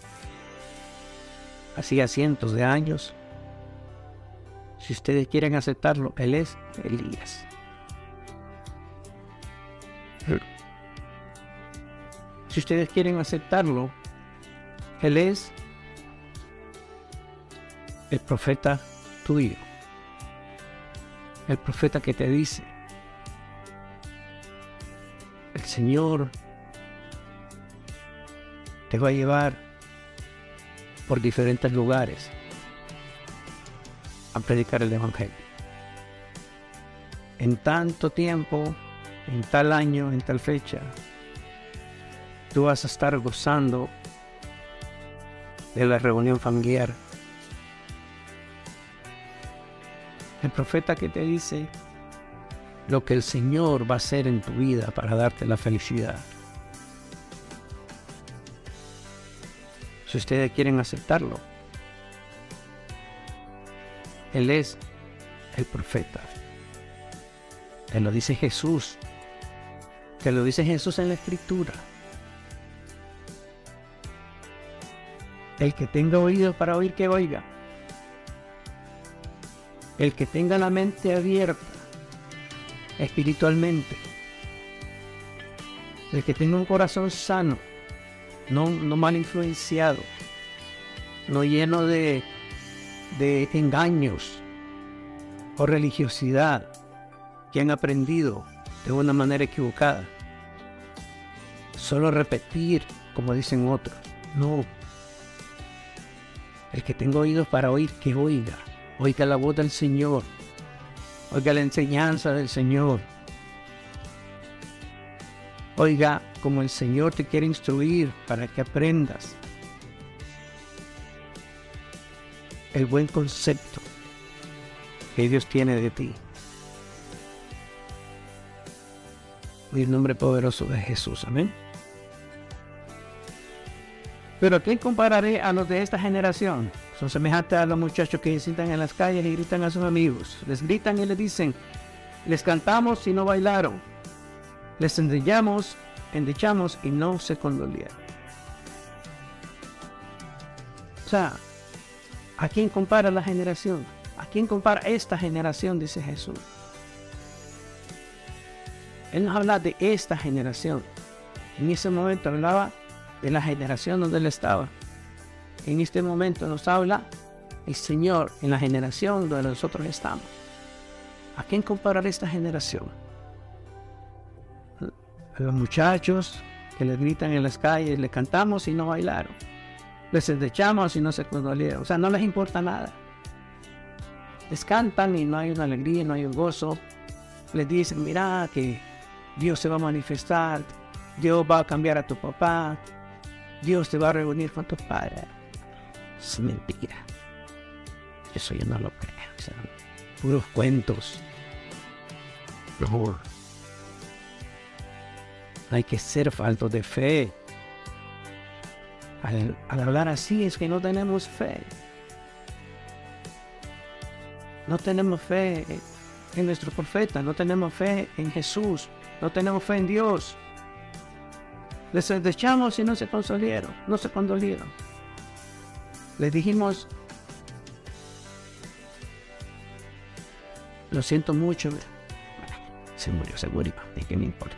A: hacía cientos de años. Si ustedes quieren aceptarlo, Él es Elías. Si ustedes quieren aceptarlo, Él es el profeta tuyo. El profeta que te dice: el Señor te va a llevar por diferentes lugares a predicar el Evangelio. En tanto tiempo, en tal año, en tal fecha, tú vas a estar gozando de la reunión familiar. El profeta que te dice lo que el Señor va a hacer en tu vida para darte la felicidad. Si ustedes quieren aceptarlo, Él es el profeta. Te lo dice Jesús. Te lo dice Jesús en la Escritura. El que tenga oídos para oír, que oiga. El que tenga la mente abierta espiritualmente. El que tenga un corazón sano, no mal influenciado, no lleno de engaños o religiosidad que han aprendido de una manera equivocada. Solo repetir como dicen otros. No. El que tenga oídos para oír, que oiga. Oiga la voz del Señor. Oiga la enseñanza del Señor. Oiga como el Señor te quiere instruir para que aprendas el buen concepto que Dios tiene de ti. En el nombre poderoso de Jesús. Amén. Pero ¿a quién compararé a los de esta generación? Son semejantes a los muchachos que se sientan en las calles y gritan a sus amigos. Les gritan y les dicen: les cantamos y no bailaron. Les endechamos y no se condolieron. O sea, ¿a quién compara la generación? ¿A quién compara esta generación? Dice Jesús. Él nos habla de esta generación. En ese momento hablaba de la generación donde Él estaba. En este momento nos habla el Señor en la generación donde nosotros estamos. ¿A quién comparar esta generación? A los muchachos que les gritan en las calles: les cantamos y no bailaron. Les endechamos y no se condolieron. O sea, no les importa nada. Les cantan y no hay una alegría, no hay un gozo. Les dicen: mira que Dios se va a manifestar, Dios va a cambiar a tu papá, Dios te va a reunir con tu padre. Es mentira. Eso yo no lo creo. O sea, puros cuentos. No hay que ser faltos de fe. Al hablar así es que no tenemos fe. No tenemos fe en nuestro profeta, no tenemos fe en Jesús, no tenemos fe en Dios. Les desechamos y no se condolieron. Les dijimos: lo siento mucho. Se murió. ¿De qué me importa?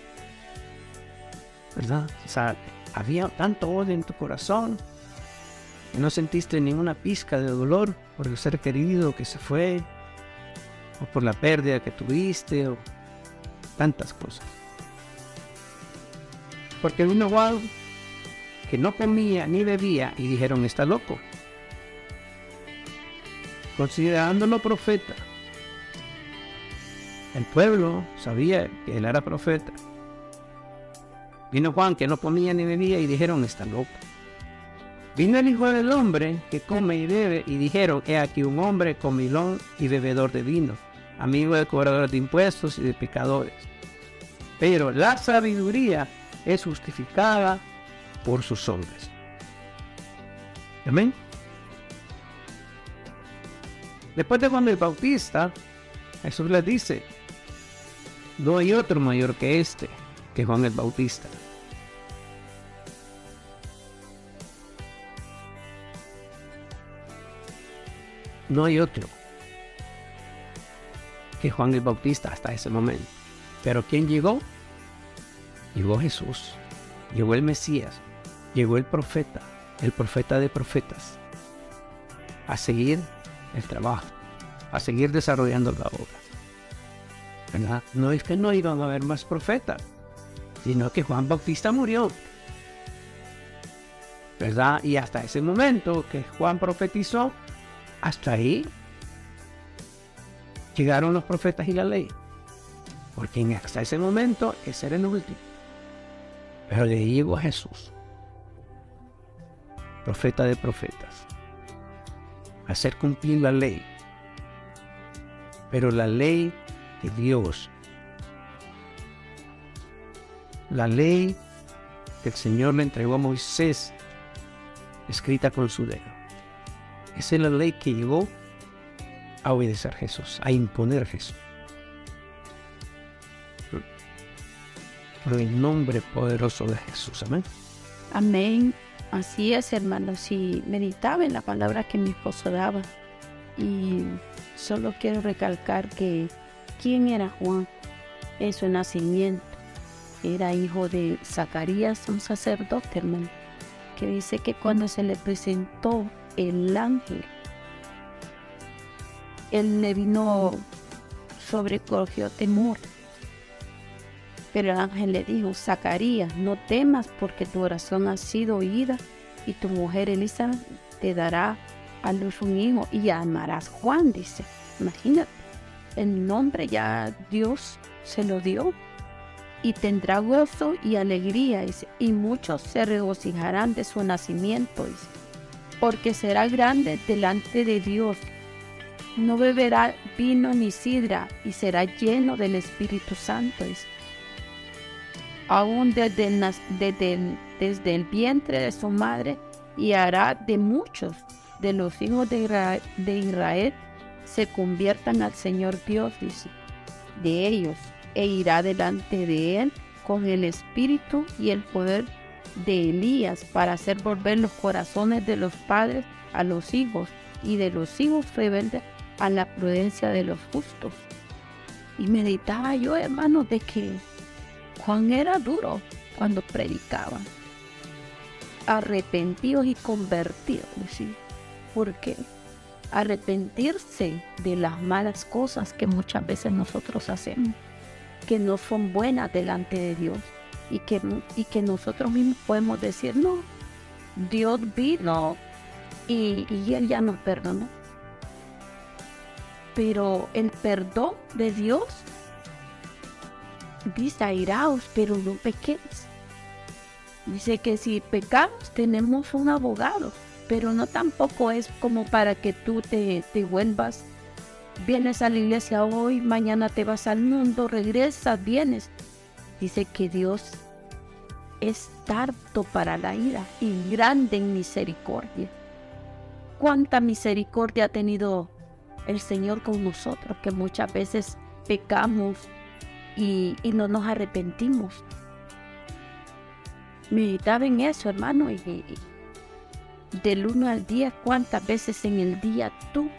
A: ¿Verdad? O sea, había tanto odio en tu corazón que no sentiste ninguna pizca de dolor por el ser querido que se fue, o por la pérdida que tuviste, o tantas cosas. Porque vino Juan que no comía ni bebía y dijeron: está loco. Considerándolo profeta. El pueblo sabía que él era profeta. Vino Juan que no comía ni bebía y dijeron: está loco. Vino el Hijo del Hombre que come y bebe y dijeron: he aquí un hombre comilón y bebedor de vino, amigo de cobradores de impuestos y de pecadores. Pero la sabiduría es justificada por sus obras. Amén. Después de Juan el Bautista, Jesús les dice: no hay otro mayor que que Juan el Bautista. No hay otro que Juan el Bautista hasta ese momento. Pero ¿quién llegó? Llegó Jesús, llegó el Mesías, llegó el profeta de profetas, a seguir el trabajo, a seguir desarrollando la obra. ¿Verdad? No es que no iban a haber más profetas, sino que Juan Bautista murió, ¿verdad? Y hasta ese momento que Juan profetizó, hasta ahí llegaron los profetas y la ley, porque hasta ese momento ese era el último. Pero de ahí llegó Jesús, profeta de profetas, a hacer cumplir la ley. Pero la ley de Dios, la ley que el Señor le entregó a Moisés, escrita con su dedo. Esa es la ley que llegó a obedecer a Jesús, a imponer a Jesús. Por el nombre poderoso de Jesús. Amén.
B: Amén. Así es, hermanos. Y meditaba en la palabra que mi esposo daba. Y solo quiero recalcar que ¿quién era Juan? En su nacimiento era hijo de Zacarías, un sacerdote, hermano, que dice que cuando se le presentó el ángel, él le vino, sobrecogió temor. Pero el ángel le dijo: Zacarías, no temas, porque tu oración ha sido oída, y tu mujer Elizabeth te dará a luz un hijo, y llamarás Juan, dice. Imagínate, el nombre ya Dios se lo dio, y tendrá gozo y alegría, dice, y muchos se regocijarán de su nacimiento, dice, porque será grande delante de Dios. No beberá vino ni sidra, y será lleno del Espíritu Santo, dice. Aún desde el vientre de su madre, y hará de muchos de los hijos de Israel se conviertan al Señor Dios, dice, de ellos, e irá delante de él con el espíritu y el poder de Elías, para hacer volver los corazones de los padres a los hijos, y de los hijos rebeldes a la prudencia de los justos. Y meditaba yo, hermano, de que Juan era duro cuando predicaba. Arrepentidos y convertidos, ¿sí? Porque arrepentirse de las malas cosas que muchas veces nosotros hacemos, que no son buenas delante de Dios, y que nosotros mismos podemos decir: no, Dios vino y Él ya nos perdonó. Pero el perdón de Dios dice: airaos, pero no pequéis. Dice que si pecamos tenemos un abogado, pero no tampoco es como para que tú te vuelvas, vienes a la iglesia hoy, mañana te vas al mundo, regresas, vienes. Dice que Dios es tardo para la ira y grande en misericordia. ¿Cuánta misericordia ha tenido el Señor con nosotros, que muchas veces pecamos y no nos arrepentimos? Meditaba en eso, hermano, y del 1 al 10, ¿cuántas veces en el día tú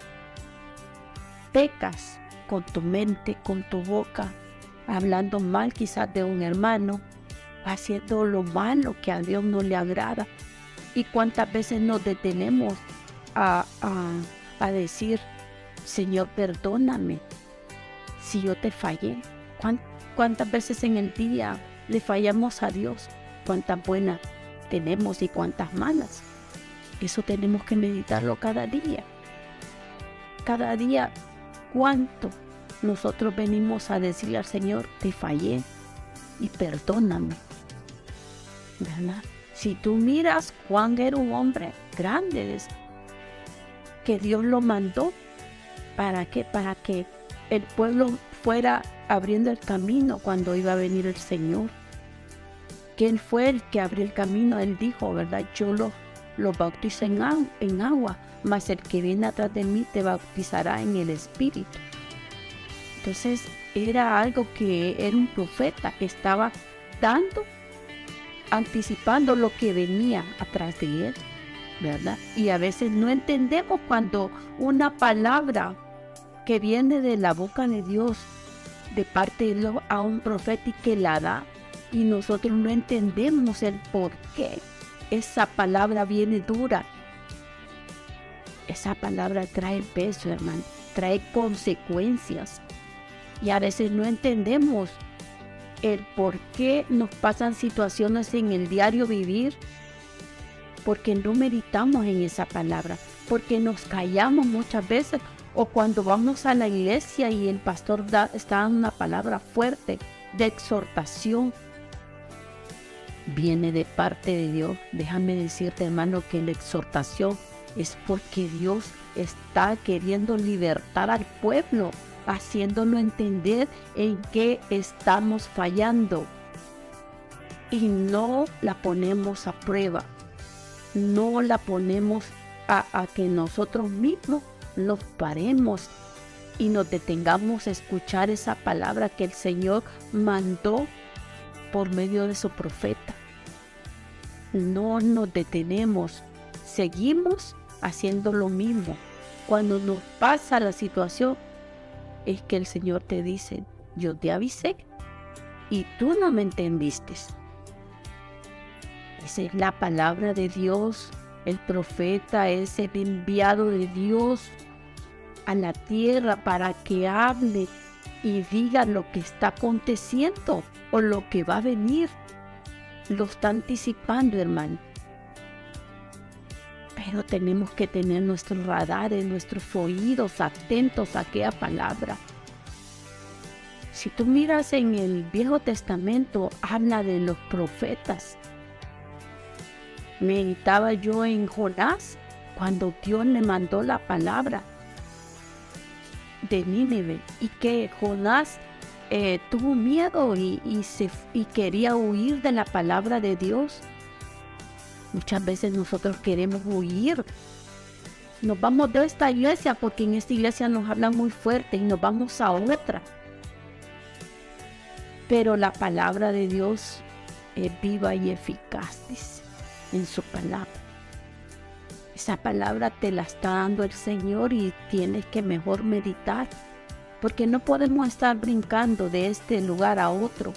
B: pecas con tu mente, con tu boca, hablando mal quizás de un hermano, haciendo lo malo que a Dios no le agrada? ¿Y cuántas veces nos detenemos a decir: Señor, perdóname si yo te fallé? ¿Cuántas veces en el día le fallamos a Dios? ¿Cuántas buenas tenemos y cuántas malas? Eso tenemos que meditarlo cada día. Cada día, ¿cuánto nosotros venimos a decirle al Señor: te fallé y perdóname? ¿Verdad? Si tú miras, Juan era un hombre grande, que Dios lo mandó. ¿Para qué? Para que el pueblo fuera abriendo el camino cuando iba a venir el Señor. Que Él fue el que abrió el camino. Él dijo, ¿verdad? Yo lo bautizo en agua, mas el que viene atrás de mí te bautizará en el Espíritu. Entonces era algo que era un profeta que estaba dando, anticipando lo que venía atrás de él, ¿verdad? Y a veces no entendemos cuando una palabra que viene de la boca de Dios, de parte de Dios a un profeta y que la da, y nosotros no entendemos el por qué esa palabra viene dura. Esa palabra trae peso, hermano, trae consecuencias. Y a veces no entendemos el por qué nos pasan situaciones en el diario vivir, porque no meditamos en esa palabra, porque nos callamos muchas veces, o cuando vamos a la iglesia y el pastor está dando una palabra fuerte de exhortación, viene de parte de Dios. Déjame decirte, hermano, que la exhortación es porque Dios está queriendo libertar al pueblo, haciéndolo entender en qué estamos fallando. Y no la ponemos a prueba, no la ponemos a que nosotros mismos nos paremos y nos detengamos a escuchar esa palabra que el Señor mandó por medio de su profeta. No nos detenemos, seguimos haciendo lo mismo. Cuando nos pasa la situación, es que el Señor te dice, yo te avisé y tú no me entendiste. Esa es la palabra de Dios. El profeta es el enviado de Dios a la tierra para que hable y diga lo que está aconteciendo o lo que va a venir. Lo está anticipando, hermano. Pero tenemos que tener nuestros radares, nuestros oídos atentos a aquella palabra. Si tú miras en el Viejo Testamento, habla de los profetas. Meditaba yo en Jonás, cuando Dios le mandó la palabra de Nínive, y que Jonás tuvo miedo y quería huir de la palabra de Dios. Muchas veces nosotros queremos huir. Nos vamos de esta iglesia porque en esta iglesia nos hablan muy fuerte y nos vamos a otra. Pero la palabra de Dios es viva y eficaz, dice, en su palabra. Esa palabra te la está dando el Señor y tienes que mejor meditar, porque no podemos estar brincando de este lugar a otro.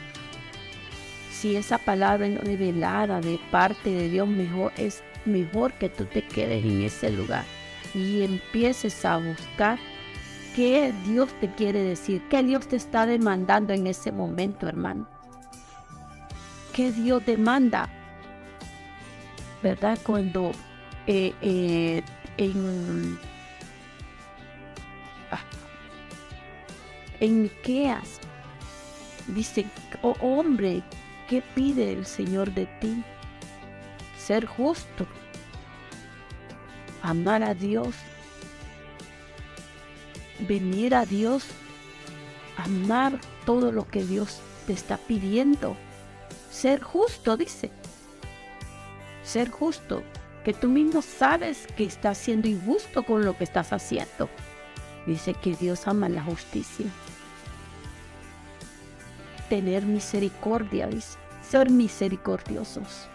B: Si esa palabra es revelada de parte de Dios, es mejor que tú te quedes en ese lugar y empieces a buscar qué Dios te quiere decir, qué Dios te está demandando en ese momento, hermano. ¿Qué Dios demanda? ¿Verdad? Cuando en Miqueas dice, oh hombre, ¿qué pide el Señor de ti? Ser justo, amar a Dios, venir a Dios, amar todo lo que Dios te está pidiendo. Ser justo, dice. Ser justo, que tú mismo sabes que estás siendo injusto con lo que estás haciendo. Dice que Dios ama la justicia. Tener misericordia, dice, ser misericordiosos.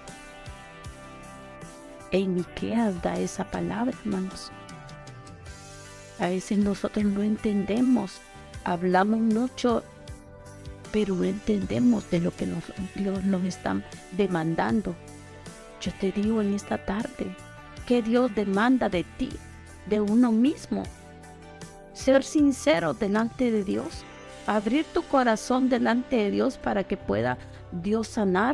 B: En Miqueas da esa palabra, hermanos. A veces nosotros no entendemos, hablamos mucho, pero no entendemos de lo que Dios nos está demandando. Yo te digo en esta tarde, ¿qué Dios demanda de ti, de uno mismo? Ser sincero delante de Dios. Abrir tu corazón delante de Dios para que pueda Dios sanar.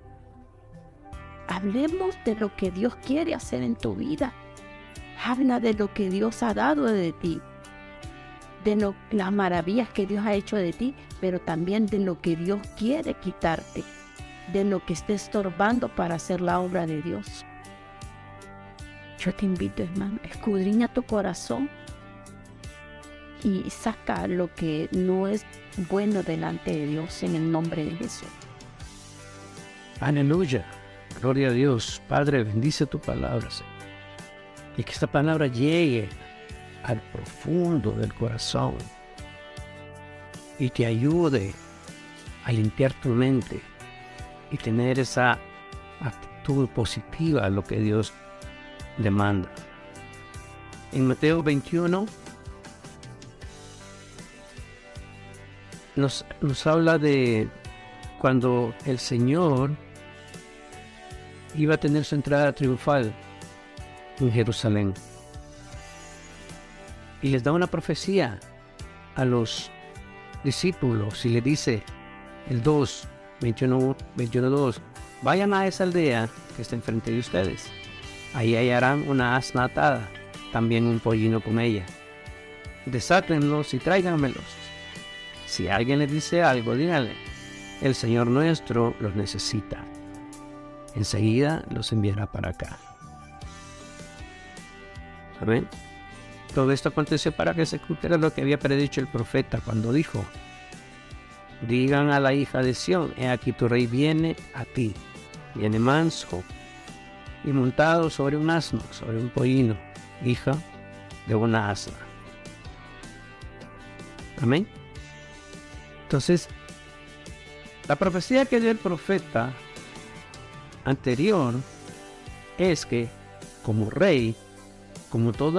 B: Hablemos de lo que Dios quiere hacer en tu vida. Habla de lo que Dios ha dado de ti, de las maravillas que Dios ha hecho de ti, pero también de lo que Dios quiere quitarte, de lo que esté estorbando para hacer la obra de Dios. Yo te invito, hermano, escudriña tu corazón y saca lo que no es bueno delante de Dios en el nombre de Jesús.
A: Aleluya. Gloria a Dios. Padre, bendice tu palabra, Señor. Y que esta palabra llegue al profundo del corazón y te ayude a limpiar tu mente y tener esa actitud positiva a lo que Dios demanda. En Mateo 21 nos habla de cuando el Señor iba a tener su entrada triunfal en Jerusalén. Y les da una profecía a los discípulos y le dice, el 21:2, vayan a esa aldea que está enfrente de ustedes. Ahí hallarán una asna atada, también un pollino con ella. Desátenlos y tráiganmelos. Si alguien les dice algo, díganle, el Señor nuestro los necesita. Enseguida los enviará para acá. ¿Saben? Todo esto aconteció para que se cumpliera lo que había predicho el profeta cuando dijo, digan a la hija de Sión, he aquí tu rey viene a ti, viene manso y montado sobre un asno, sobre un pollino, hija de una asna. Amén. Entonces, la profecía que dio el profeta anterior es que como rey, como todo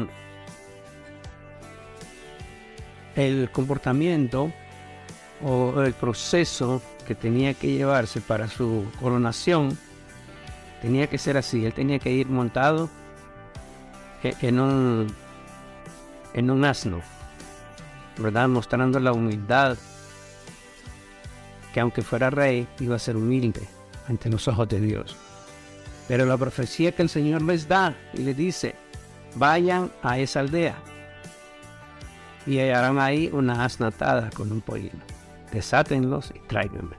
A: el comportamiento o el proceso que tenía que llevarse para su coronación, tenía que ser así. Él tenía que ir montado en un asno, ¿verdad? Mostrando la humildad, que aunque fuera rey, iba a ser humilde ante los ojos de Dios. Pero la profecía que el Señor les da y les dice, vayan a esa aldea y hallarán ahí una asna atada con un pollino. Desátenlos y tráiganmelos.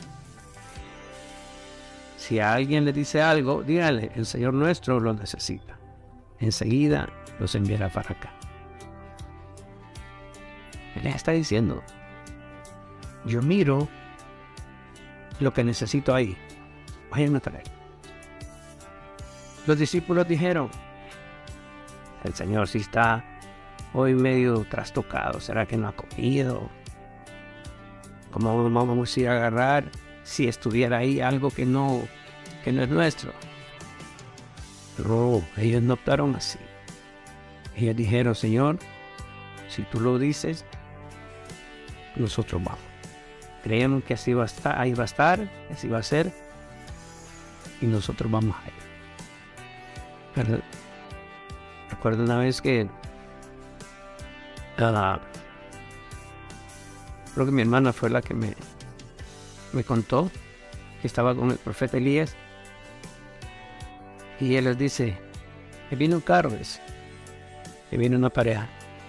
A: Si a alguien le dice algo, dígale, el Señor nuestro lo necesita. Enseguida los enviará para acá. Él les está diciendo, yo miro lo que necesito ahí. Vayan a traer. Los discípulos dijeron, el Señor sí está hoy medio trastocado. ¿Será que no ha comido? ¿Cómo vamos a ir a agarrar si estuviera ahí algo que no es nuestro? Pero ellos no optaron así. Ellos dijeron, Señor, si tú lo dices, nosotros vamos. Creemos que así va a estar, ahí va a estar, así va a ser, y nosotros vamos a ir. Pero recuerdo una vez que creo que mi hermana fue la que me contó que estaba con el profeta Elías y él les dice, que viene un carro, que viene una pareja,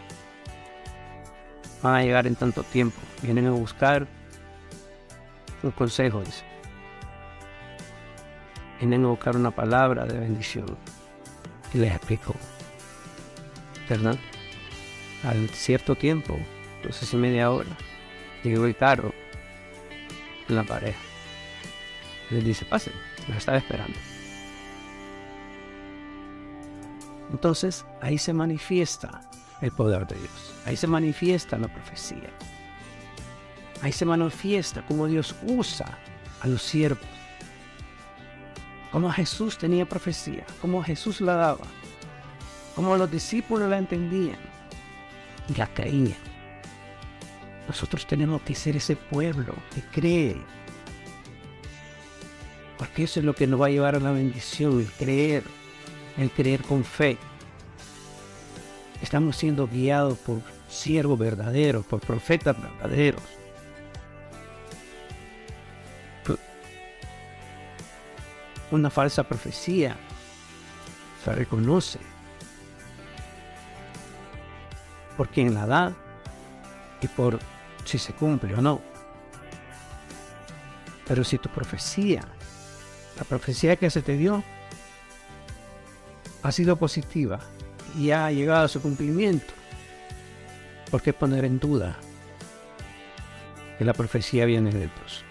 A: van a llegar en tanto tiempo, vienen a buscar un consejo, dice. Vienen a buscar una palabra de bendición. Y les explico, ¿verdad? Al cierto tiempo, entonces media hora, llegó el carro en la pareja. Les dice, pasen, los estaba esperando. Entonces, ahí se manifiesta el poder de Dios. Ahí se manifiesta la profecía. Ahí se manifiesta cómo Dios usa a los siervos. Cómo Jesús tenía profecía, cómo Jesús la daba, cómo los discípulos la entendían y la creían. Nosotros tenemos que ser ese pueblo que cree, porque eso es lo que nos va a llevar a la bendición, el creer con fe. Estamos siendo guiados por siervos verdaderos, por profetas verdaderos. Una falsa profecía se reconoce por quien la da y por si se cumple o no. Pero si tu profecía, la profecía que se te dio, ha sido positiva y ha llegado a su cumplimiento, por qué poner en duda que la profecía viene de Dios.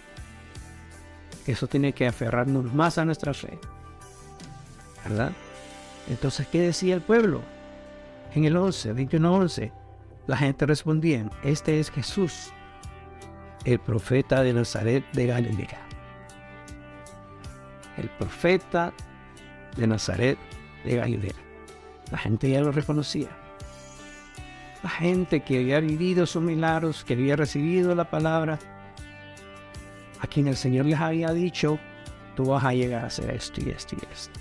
A: Eso tiene que aferrarnos más a nuestra fe, ¿verdad? Entonces, ¿qué decía el pueblo? En el 21:11, la gente respondía: este es Jesús, el profeta de Nazaret de Galilea. El profeta de Nazaret de Galilea. La gente ya lo reconocía. La gente que había vivido sus milagros, que había recibido la palabra, a quien el Señor les había dicho: tú vas a llegar a hacer esto y esto y esto.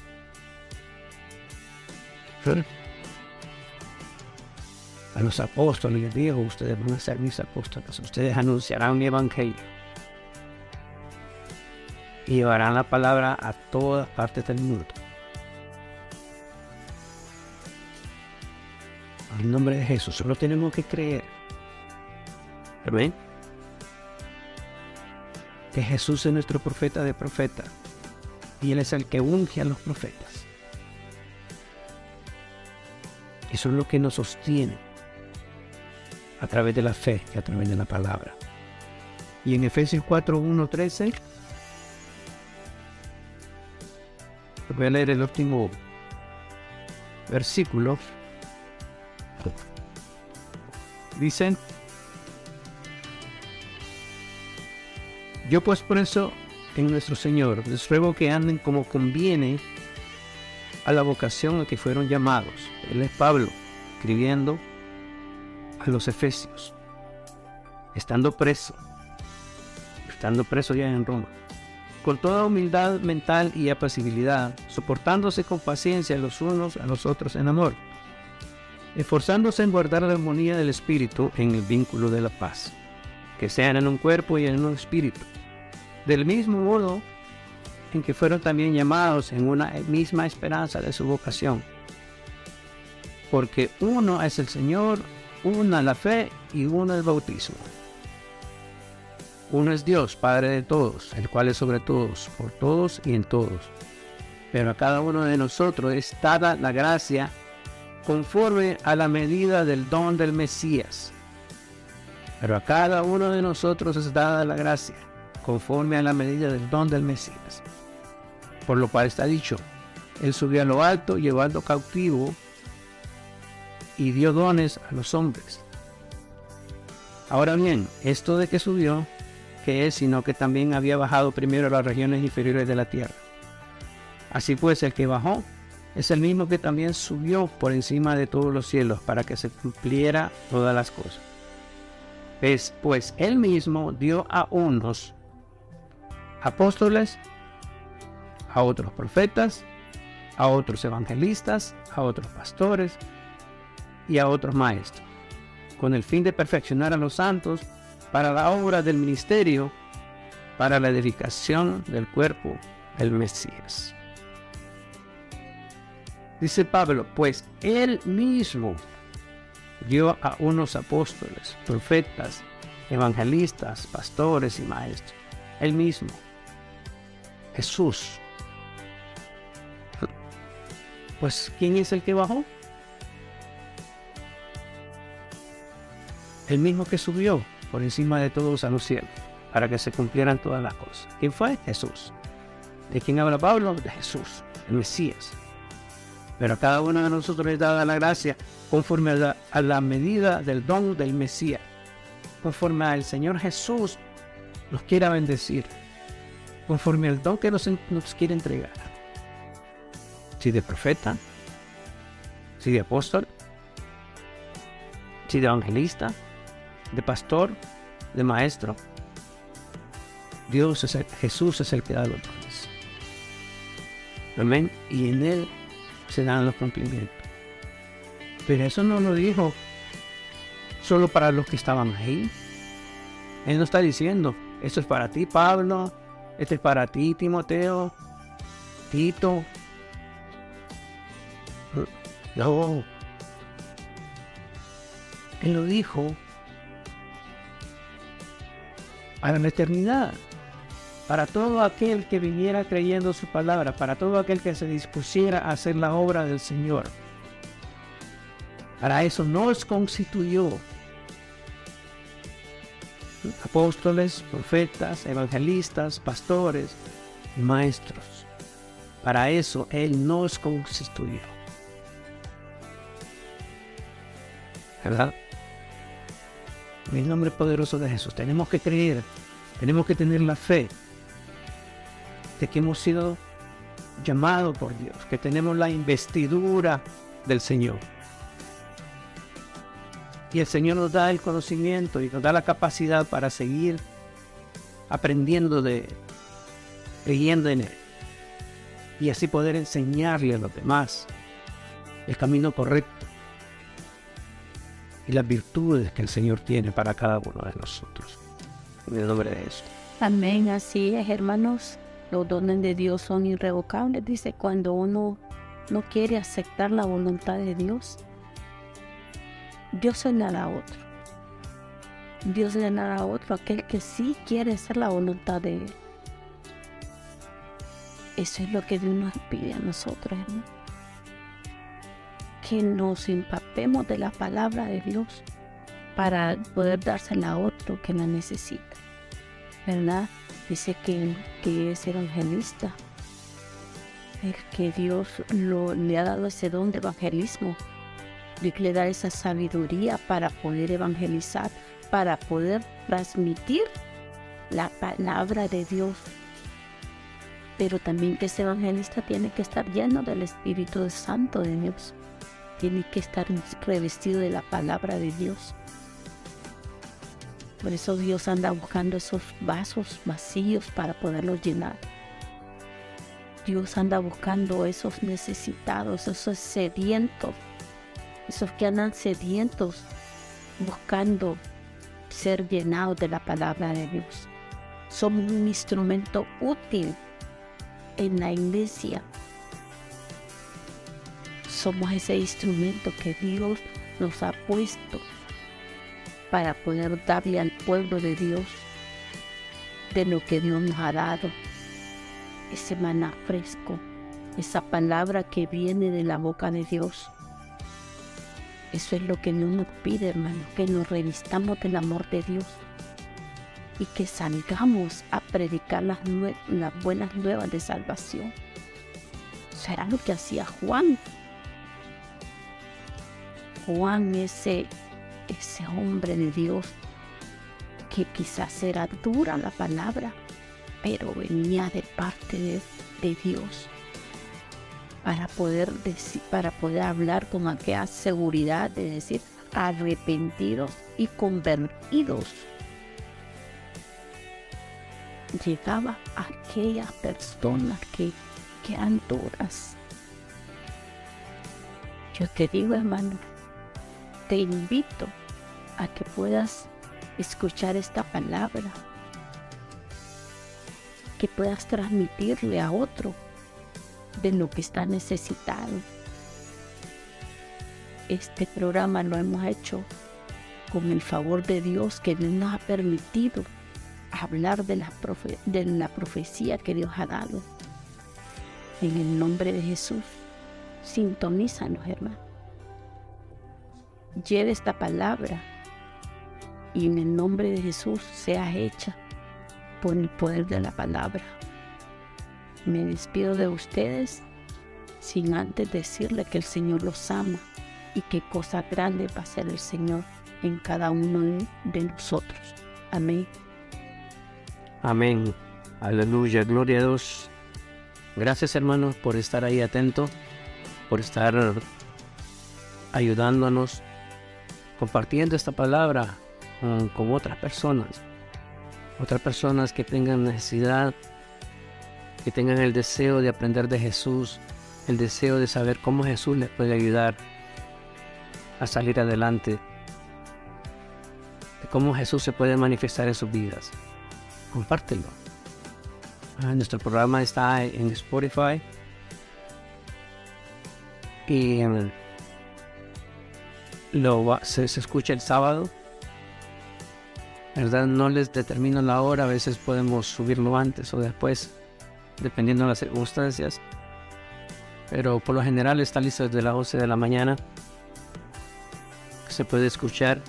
A: A los apóstoles les dijo: ustedes van a ser mis apóstoles, ustedes anunciarán mi evangelio y llevarán la palabra a todas partes del mundo. En el nombre de Jesús, solo tenemos que creer. Amén. Que Jesús es nuestro profeta de profetas y Él es el que unge a los profetas. Eso es lo que nos sostiene a través de la fe y a través de la palabra. Y en Efesios 4:1-13, voy a leer el último versículo. Dicen: yo pues por eso en nuestro Señor les ruego que anden como conviene a la vocación a que fueron llamados. Él es Pablo, escribiendo a los Efesios, estando preso ya en Roma, con toda humildad mental y apacibilidad, soportándose con paciencia los unos a los otros en amor, esforzándose en guardar la armonía del espíritu en el vínculo de la paz, que sean en un cuerpo y en un espíritu, del mismo modo en que fueron también llamados en una misma esperanza de su vocación. Porque uno es el Señor, una la fe y uno el bautismo. Uno es Dios, Padre de todos, el cual es sobre todos, por todos y en todos. Pero a cada uno de nosotros es dada la gracia conforme a la medida del don del Mesías. Pero a cada uno de nosotros es dada la gracia conforme a la medida del don del Mesías. Por lo cual está dicho: Él subió a lo alto llevando cautivo y dio dones a los hombres. Ahora bien, esto de que subió, ¿qué es? Sino que también había bajado primero a las regiones inferiores de la tierra. Así pues, el que bajó es el mismo que también subió por encima de todos los cielos para que se cumpliera todas las cosas. Pues Él mismo dio a unos apóstoles, a otros profetas, a otros evangelistas, a otros pastores y a otros maestros, con el fin de perfeccionar a los santos para la obra del ministerio, para la edificación del cuerpo del Mesías. Dice Pablo: pues Él mismo dio a unos apóstoles, profetas, evangelistas, pastores y maestros. Él mismo, Jesús. Pues ¿quién es el que bajó? El mismo que subió por encima de todos a los cielos, para que se cumplieran todas las cosas. ¿Quién fue? Jesús. ¿De quién habla Pablo? De Jesús, el Mesías. Pero a cada uno de nosotros es dada la gracia conforme a la medida del don del Mesías, conforme al Señor Jesús nos quiera bendecir, conforme al don que nos quiere entregar. Si de profeta, si de apóstol, si de evangelista, de pastor, de maestro. Jesús es el que da los dones. Amén. Y en Él se dan los cumplimientos. Pero eso no lo dijo solo para los que estaban ahí. Él no está diciendo: esto es para ti, Pablo, esto es para ti, Timoteo, Tito. No. Él lo dijo para la eternidad, para todo aquel que viniera creyendo su palabra, para todo aquel que se dispusiera a hacer la obra del Señor. Para eso nos constituyó apóstoles, profetas, evangelistas, pastores, maestros. Para eso Él nos constituyó. ¿Verdad? En el nombre poderoso de Jesús tenemos que creer, tenemos que tener la fe de que hemos sido llamados por Dios, que tenemos la investidura del Señor. Y el Señor nos da el conocimiento y nos da la capacidad para seguir aprendiendo de Él, creyendo en Él. Y así poder enseñarle a los demás el camino correcto y las virtudes que el Señor tiene para cada uno de nosotros. En el nombre de Jesús.
B: Amén, así es, hermanos. Los dones de Dios son irrevocables. Dice, cuando uno no quiere aceptar la voluntad de Dios, Dios se la da a otro. Dios le dará a otro aquel que sí quiere hacer la voluntad de Él. Eso es lo que Dios nos pide a nosotros, hermano. Que nos empapemos de la palabra de Dios para poder dársela a otro que la necesita, ¿verdad? Dice que es evangelista, el que Dios le ha dado ese don de evangelismo, Dios le da esa sabiduría para poder evangelizar, para poder transmitir la palabra de Dios. Pero también que ese evangelista tiene que estar lleno del Espíritu Santo de Dios. Tiene que estar revestido de la palabra de Dios. Por eso Dios anda buscando esos vasos vacíos para poderlos llenar. Dios anda buscando esos necesitados, esos sedientos, esos que andan sedientos, buscando ser llenados de la palabra de Dios. Somos un instrumento útil en la iglesia. Somos ese instrumento que Dios nos ha puesto para poder darle al pueblo de Dios de lo que Dios nos ha dado. Ese maná fresco, esa palabra que viene de la boca de Dios. Eso es lo que Dios nos pide, hermano, que nos revistamos del amor de Dios y que salgamos a predicar las buenas nuevas de salvación. Eso era lo que hacía Juan. Juan, ese hombre de Dios, que quizás era dura la palabra, pero venía de parte de Dios para poder decir, para poder hablar con aquella seguridad de decir arrepentidos y convertidos. Llegaba a aquellas personas que eran duras. Yo te digo, hermano, te invito a que puedas escuchar esta palabra, que puedas transmitirle a otro de lo que está necesitado. Este programa lo hemos hecho con el favor de Dios, que nos ha permitido hablar de la profecía que Dios ha dado. En el nombre de Jesús, sintonízanos, hermano. Lleve esta palabra y en el nombre de Jesús sea hecha por el poder de la palabra. Me despido de ustedes sin antes decirle que el Señor los ama y qué cosa grande va a hacer el Señor en cada uno de nosotros. Amén.
A: Amén. Aleluya. Gloria a Dios. Gracias, hermanos, por estar ahí atentos, por estar ayudándonos, compartiendo esta palabra con otras personas que tengan necesidad, que tengan el deseo de aprender de Jesús, el deseo de saber cómo Jesús les puede ayudar a salir adelante, de cómo Jesús se puede manifestar en sus vidas. Compártelo. Nuestro programa está en Spotify y se escucha el sábado, ¿verdad? No les determino la hora, a veces podemos subirlo antes o después, dependiendo de las circunstancias, pero por lo general está listo desde las 11 de la mañana se puede escuchar.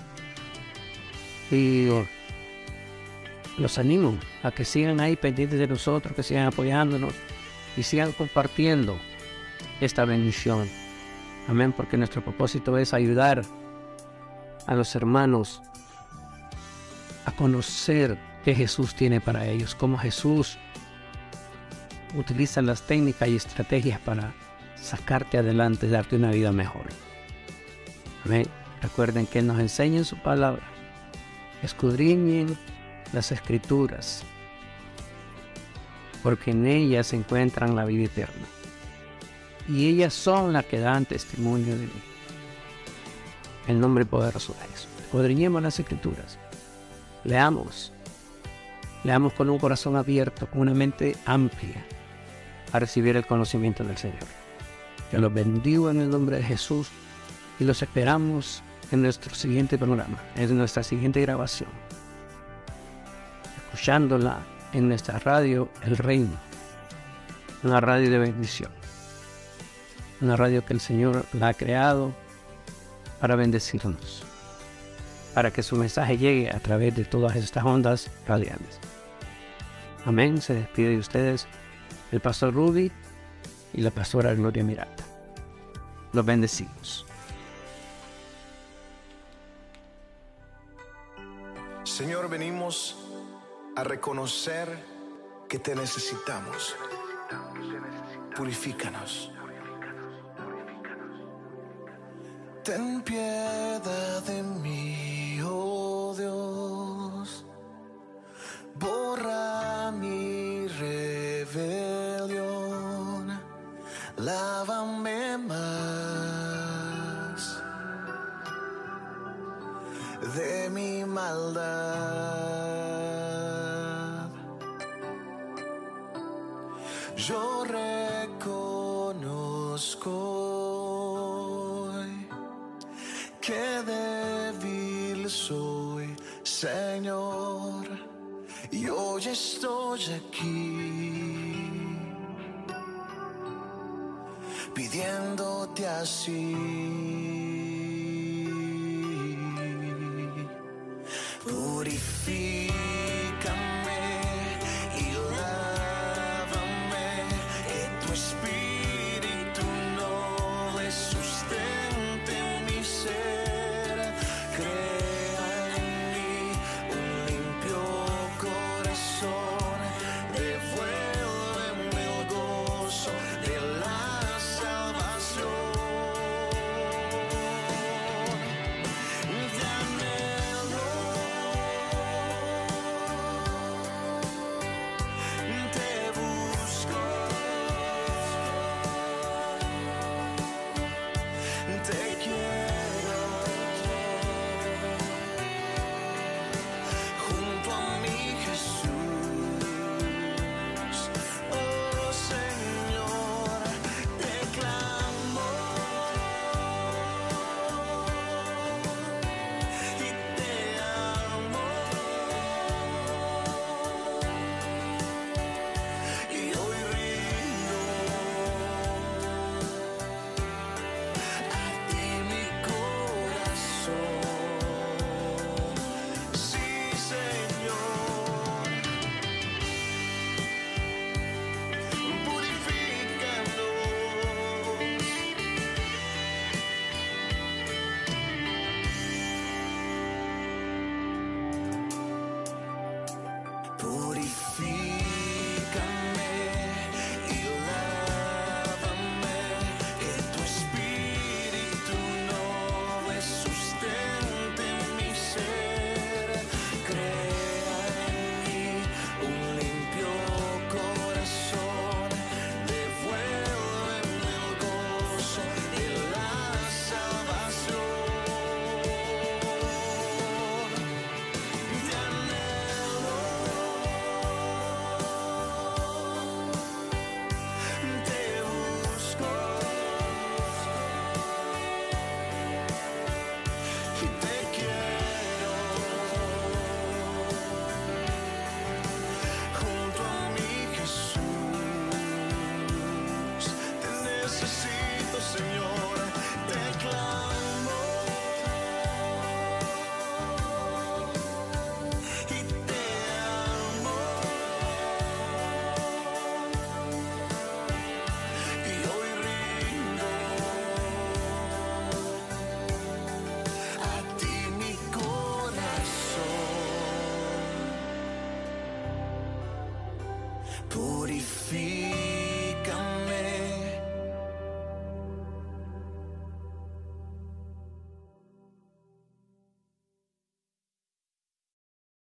A: Y los animo a que sigan ahí pendientes de nosotros, que sigan apoyándonos y sigan compartiendo esta bendición. Amén, porque nuestro propósito es ayudar a los hermanos a conocer qué Jesús tiene para ellos, cómo Jesús utiliza las técnicas y estrategias para sacarte adelante, darte una vida mejor. Amén. Recuerden que nos enseñen su palabra, escudriñen las Escrituras, porque en ellas se encuentran la vida eterna, y ellas son las que dan testimonio de mí. En el nombre poderoso de Jesús. Escudriñemos las Escrituras, leamos con un corazón abierto, con una mente amplia, a recibir el conocimiento del Señor. Yo los bendigo en el nombre de Jesús y los esperamos en nuestro siguiente programa, en nuestra siguiente grabación, escuchándola en nuestra radio El Reino, una radio de bendición, una radio que el Señor la ha creado para bendecirnos, para que su mensaje llegue a través de todas estas ondas radiales. Amén. Se despide de ustedes el pastor Rudy y la pastora Gloria Miranda. Los bendecimos.
C: Señor, venimos a reconocer que te necesitamos. Purifícanos. Ten piedad de mí, oh Dios. Borra mi rebelión. Lávame más de mi maldad. Yo reconozco hoy que débil soy, Señor, y hoy estoy aquí pidiéndote así.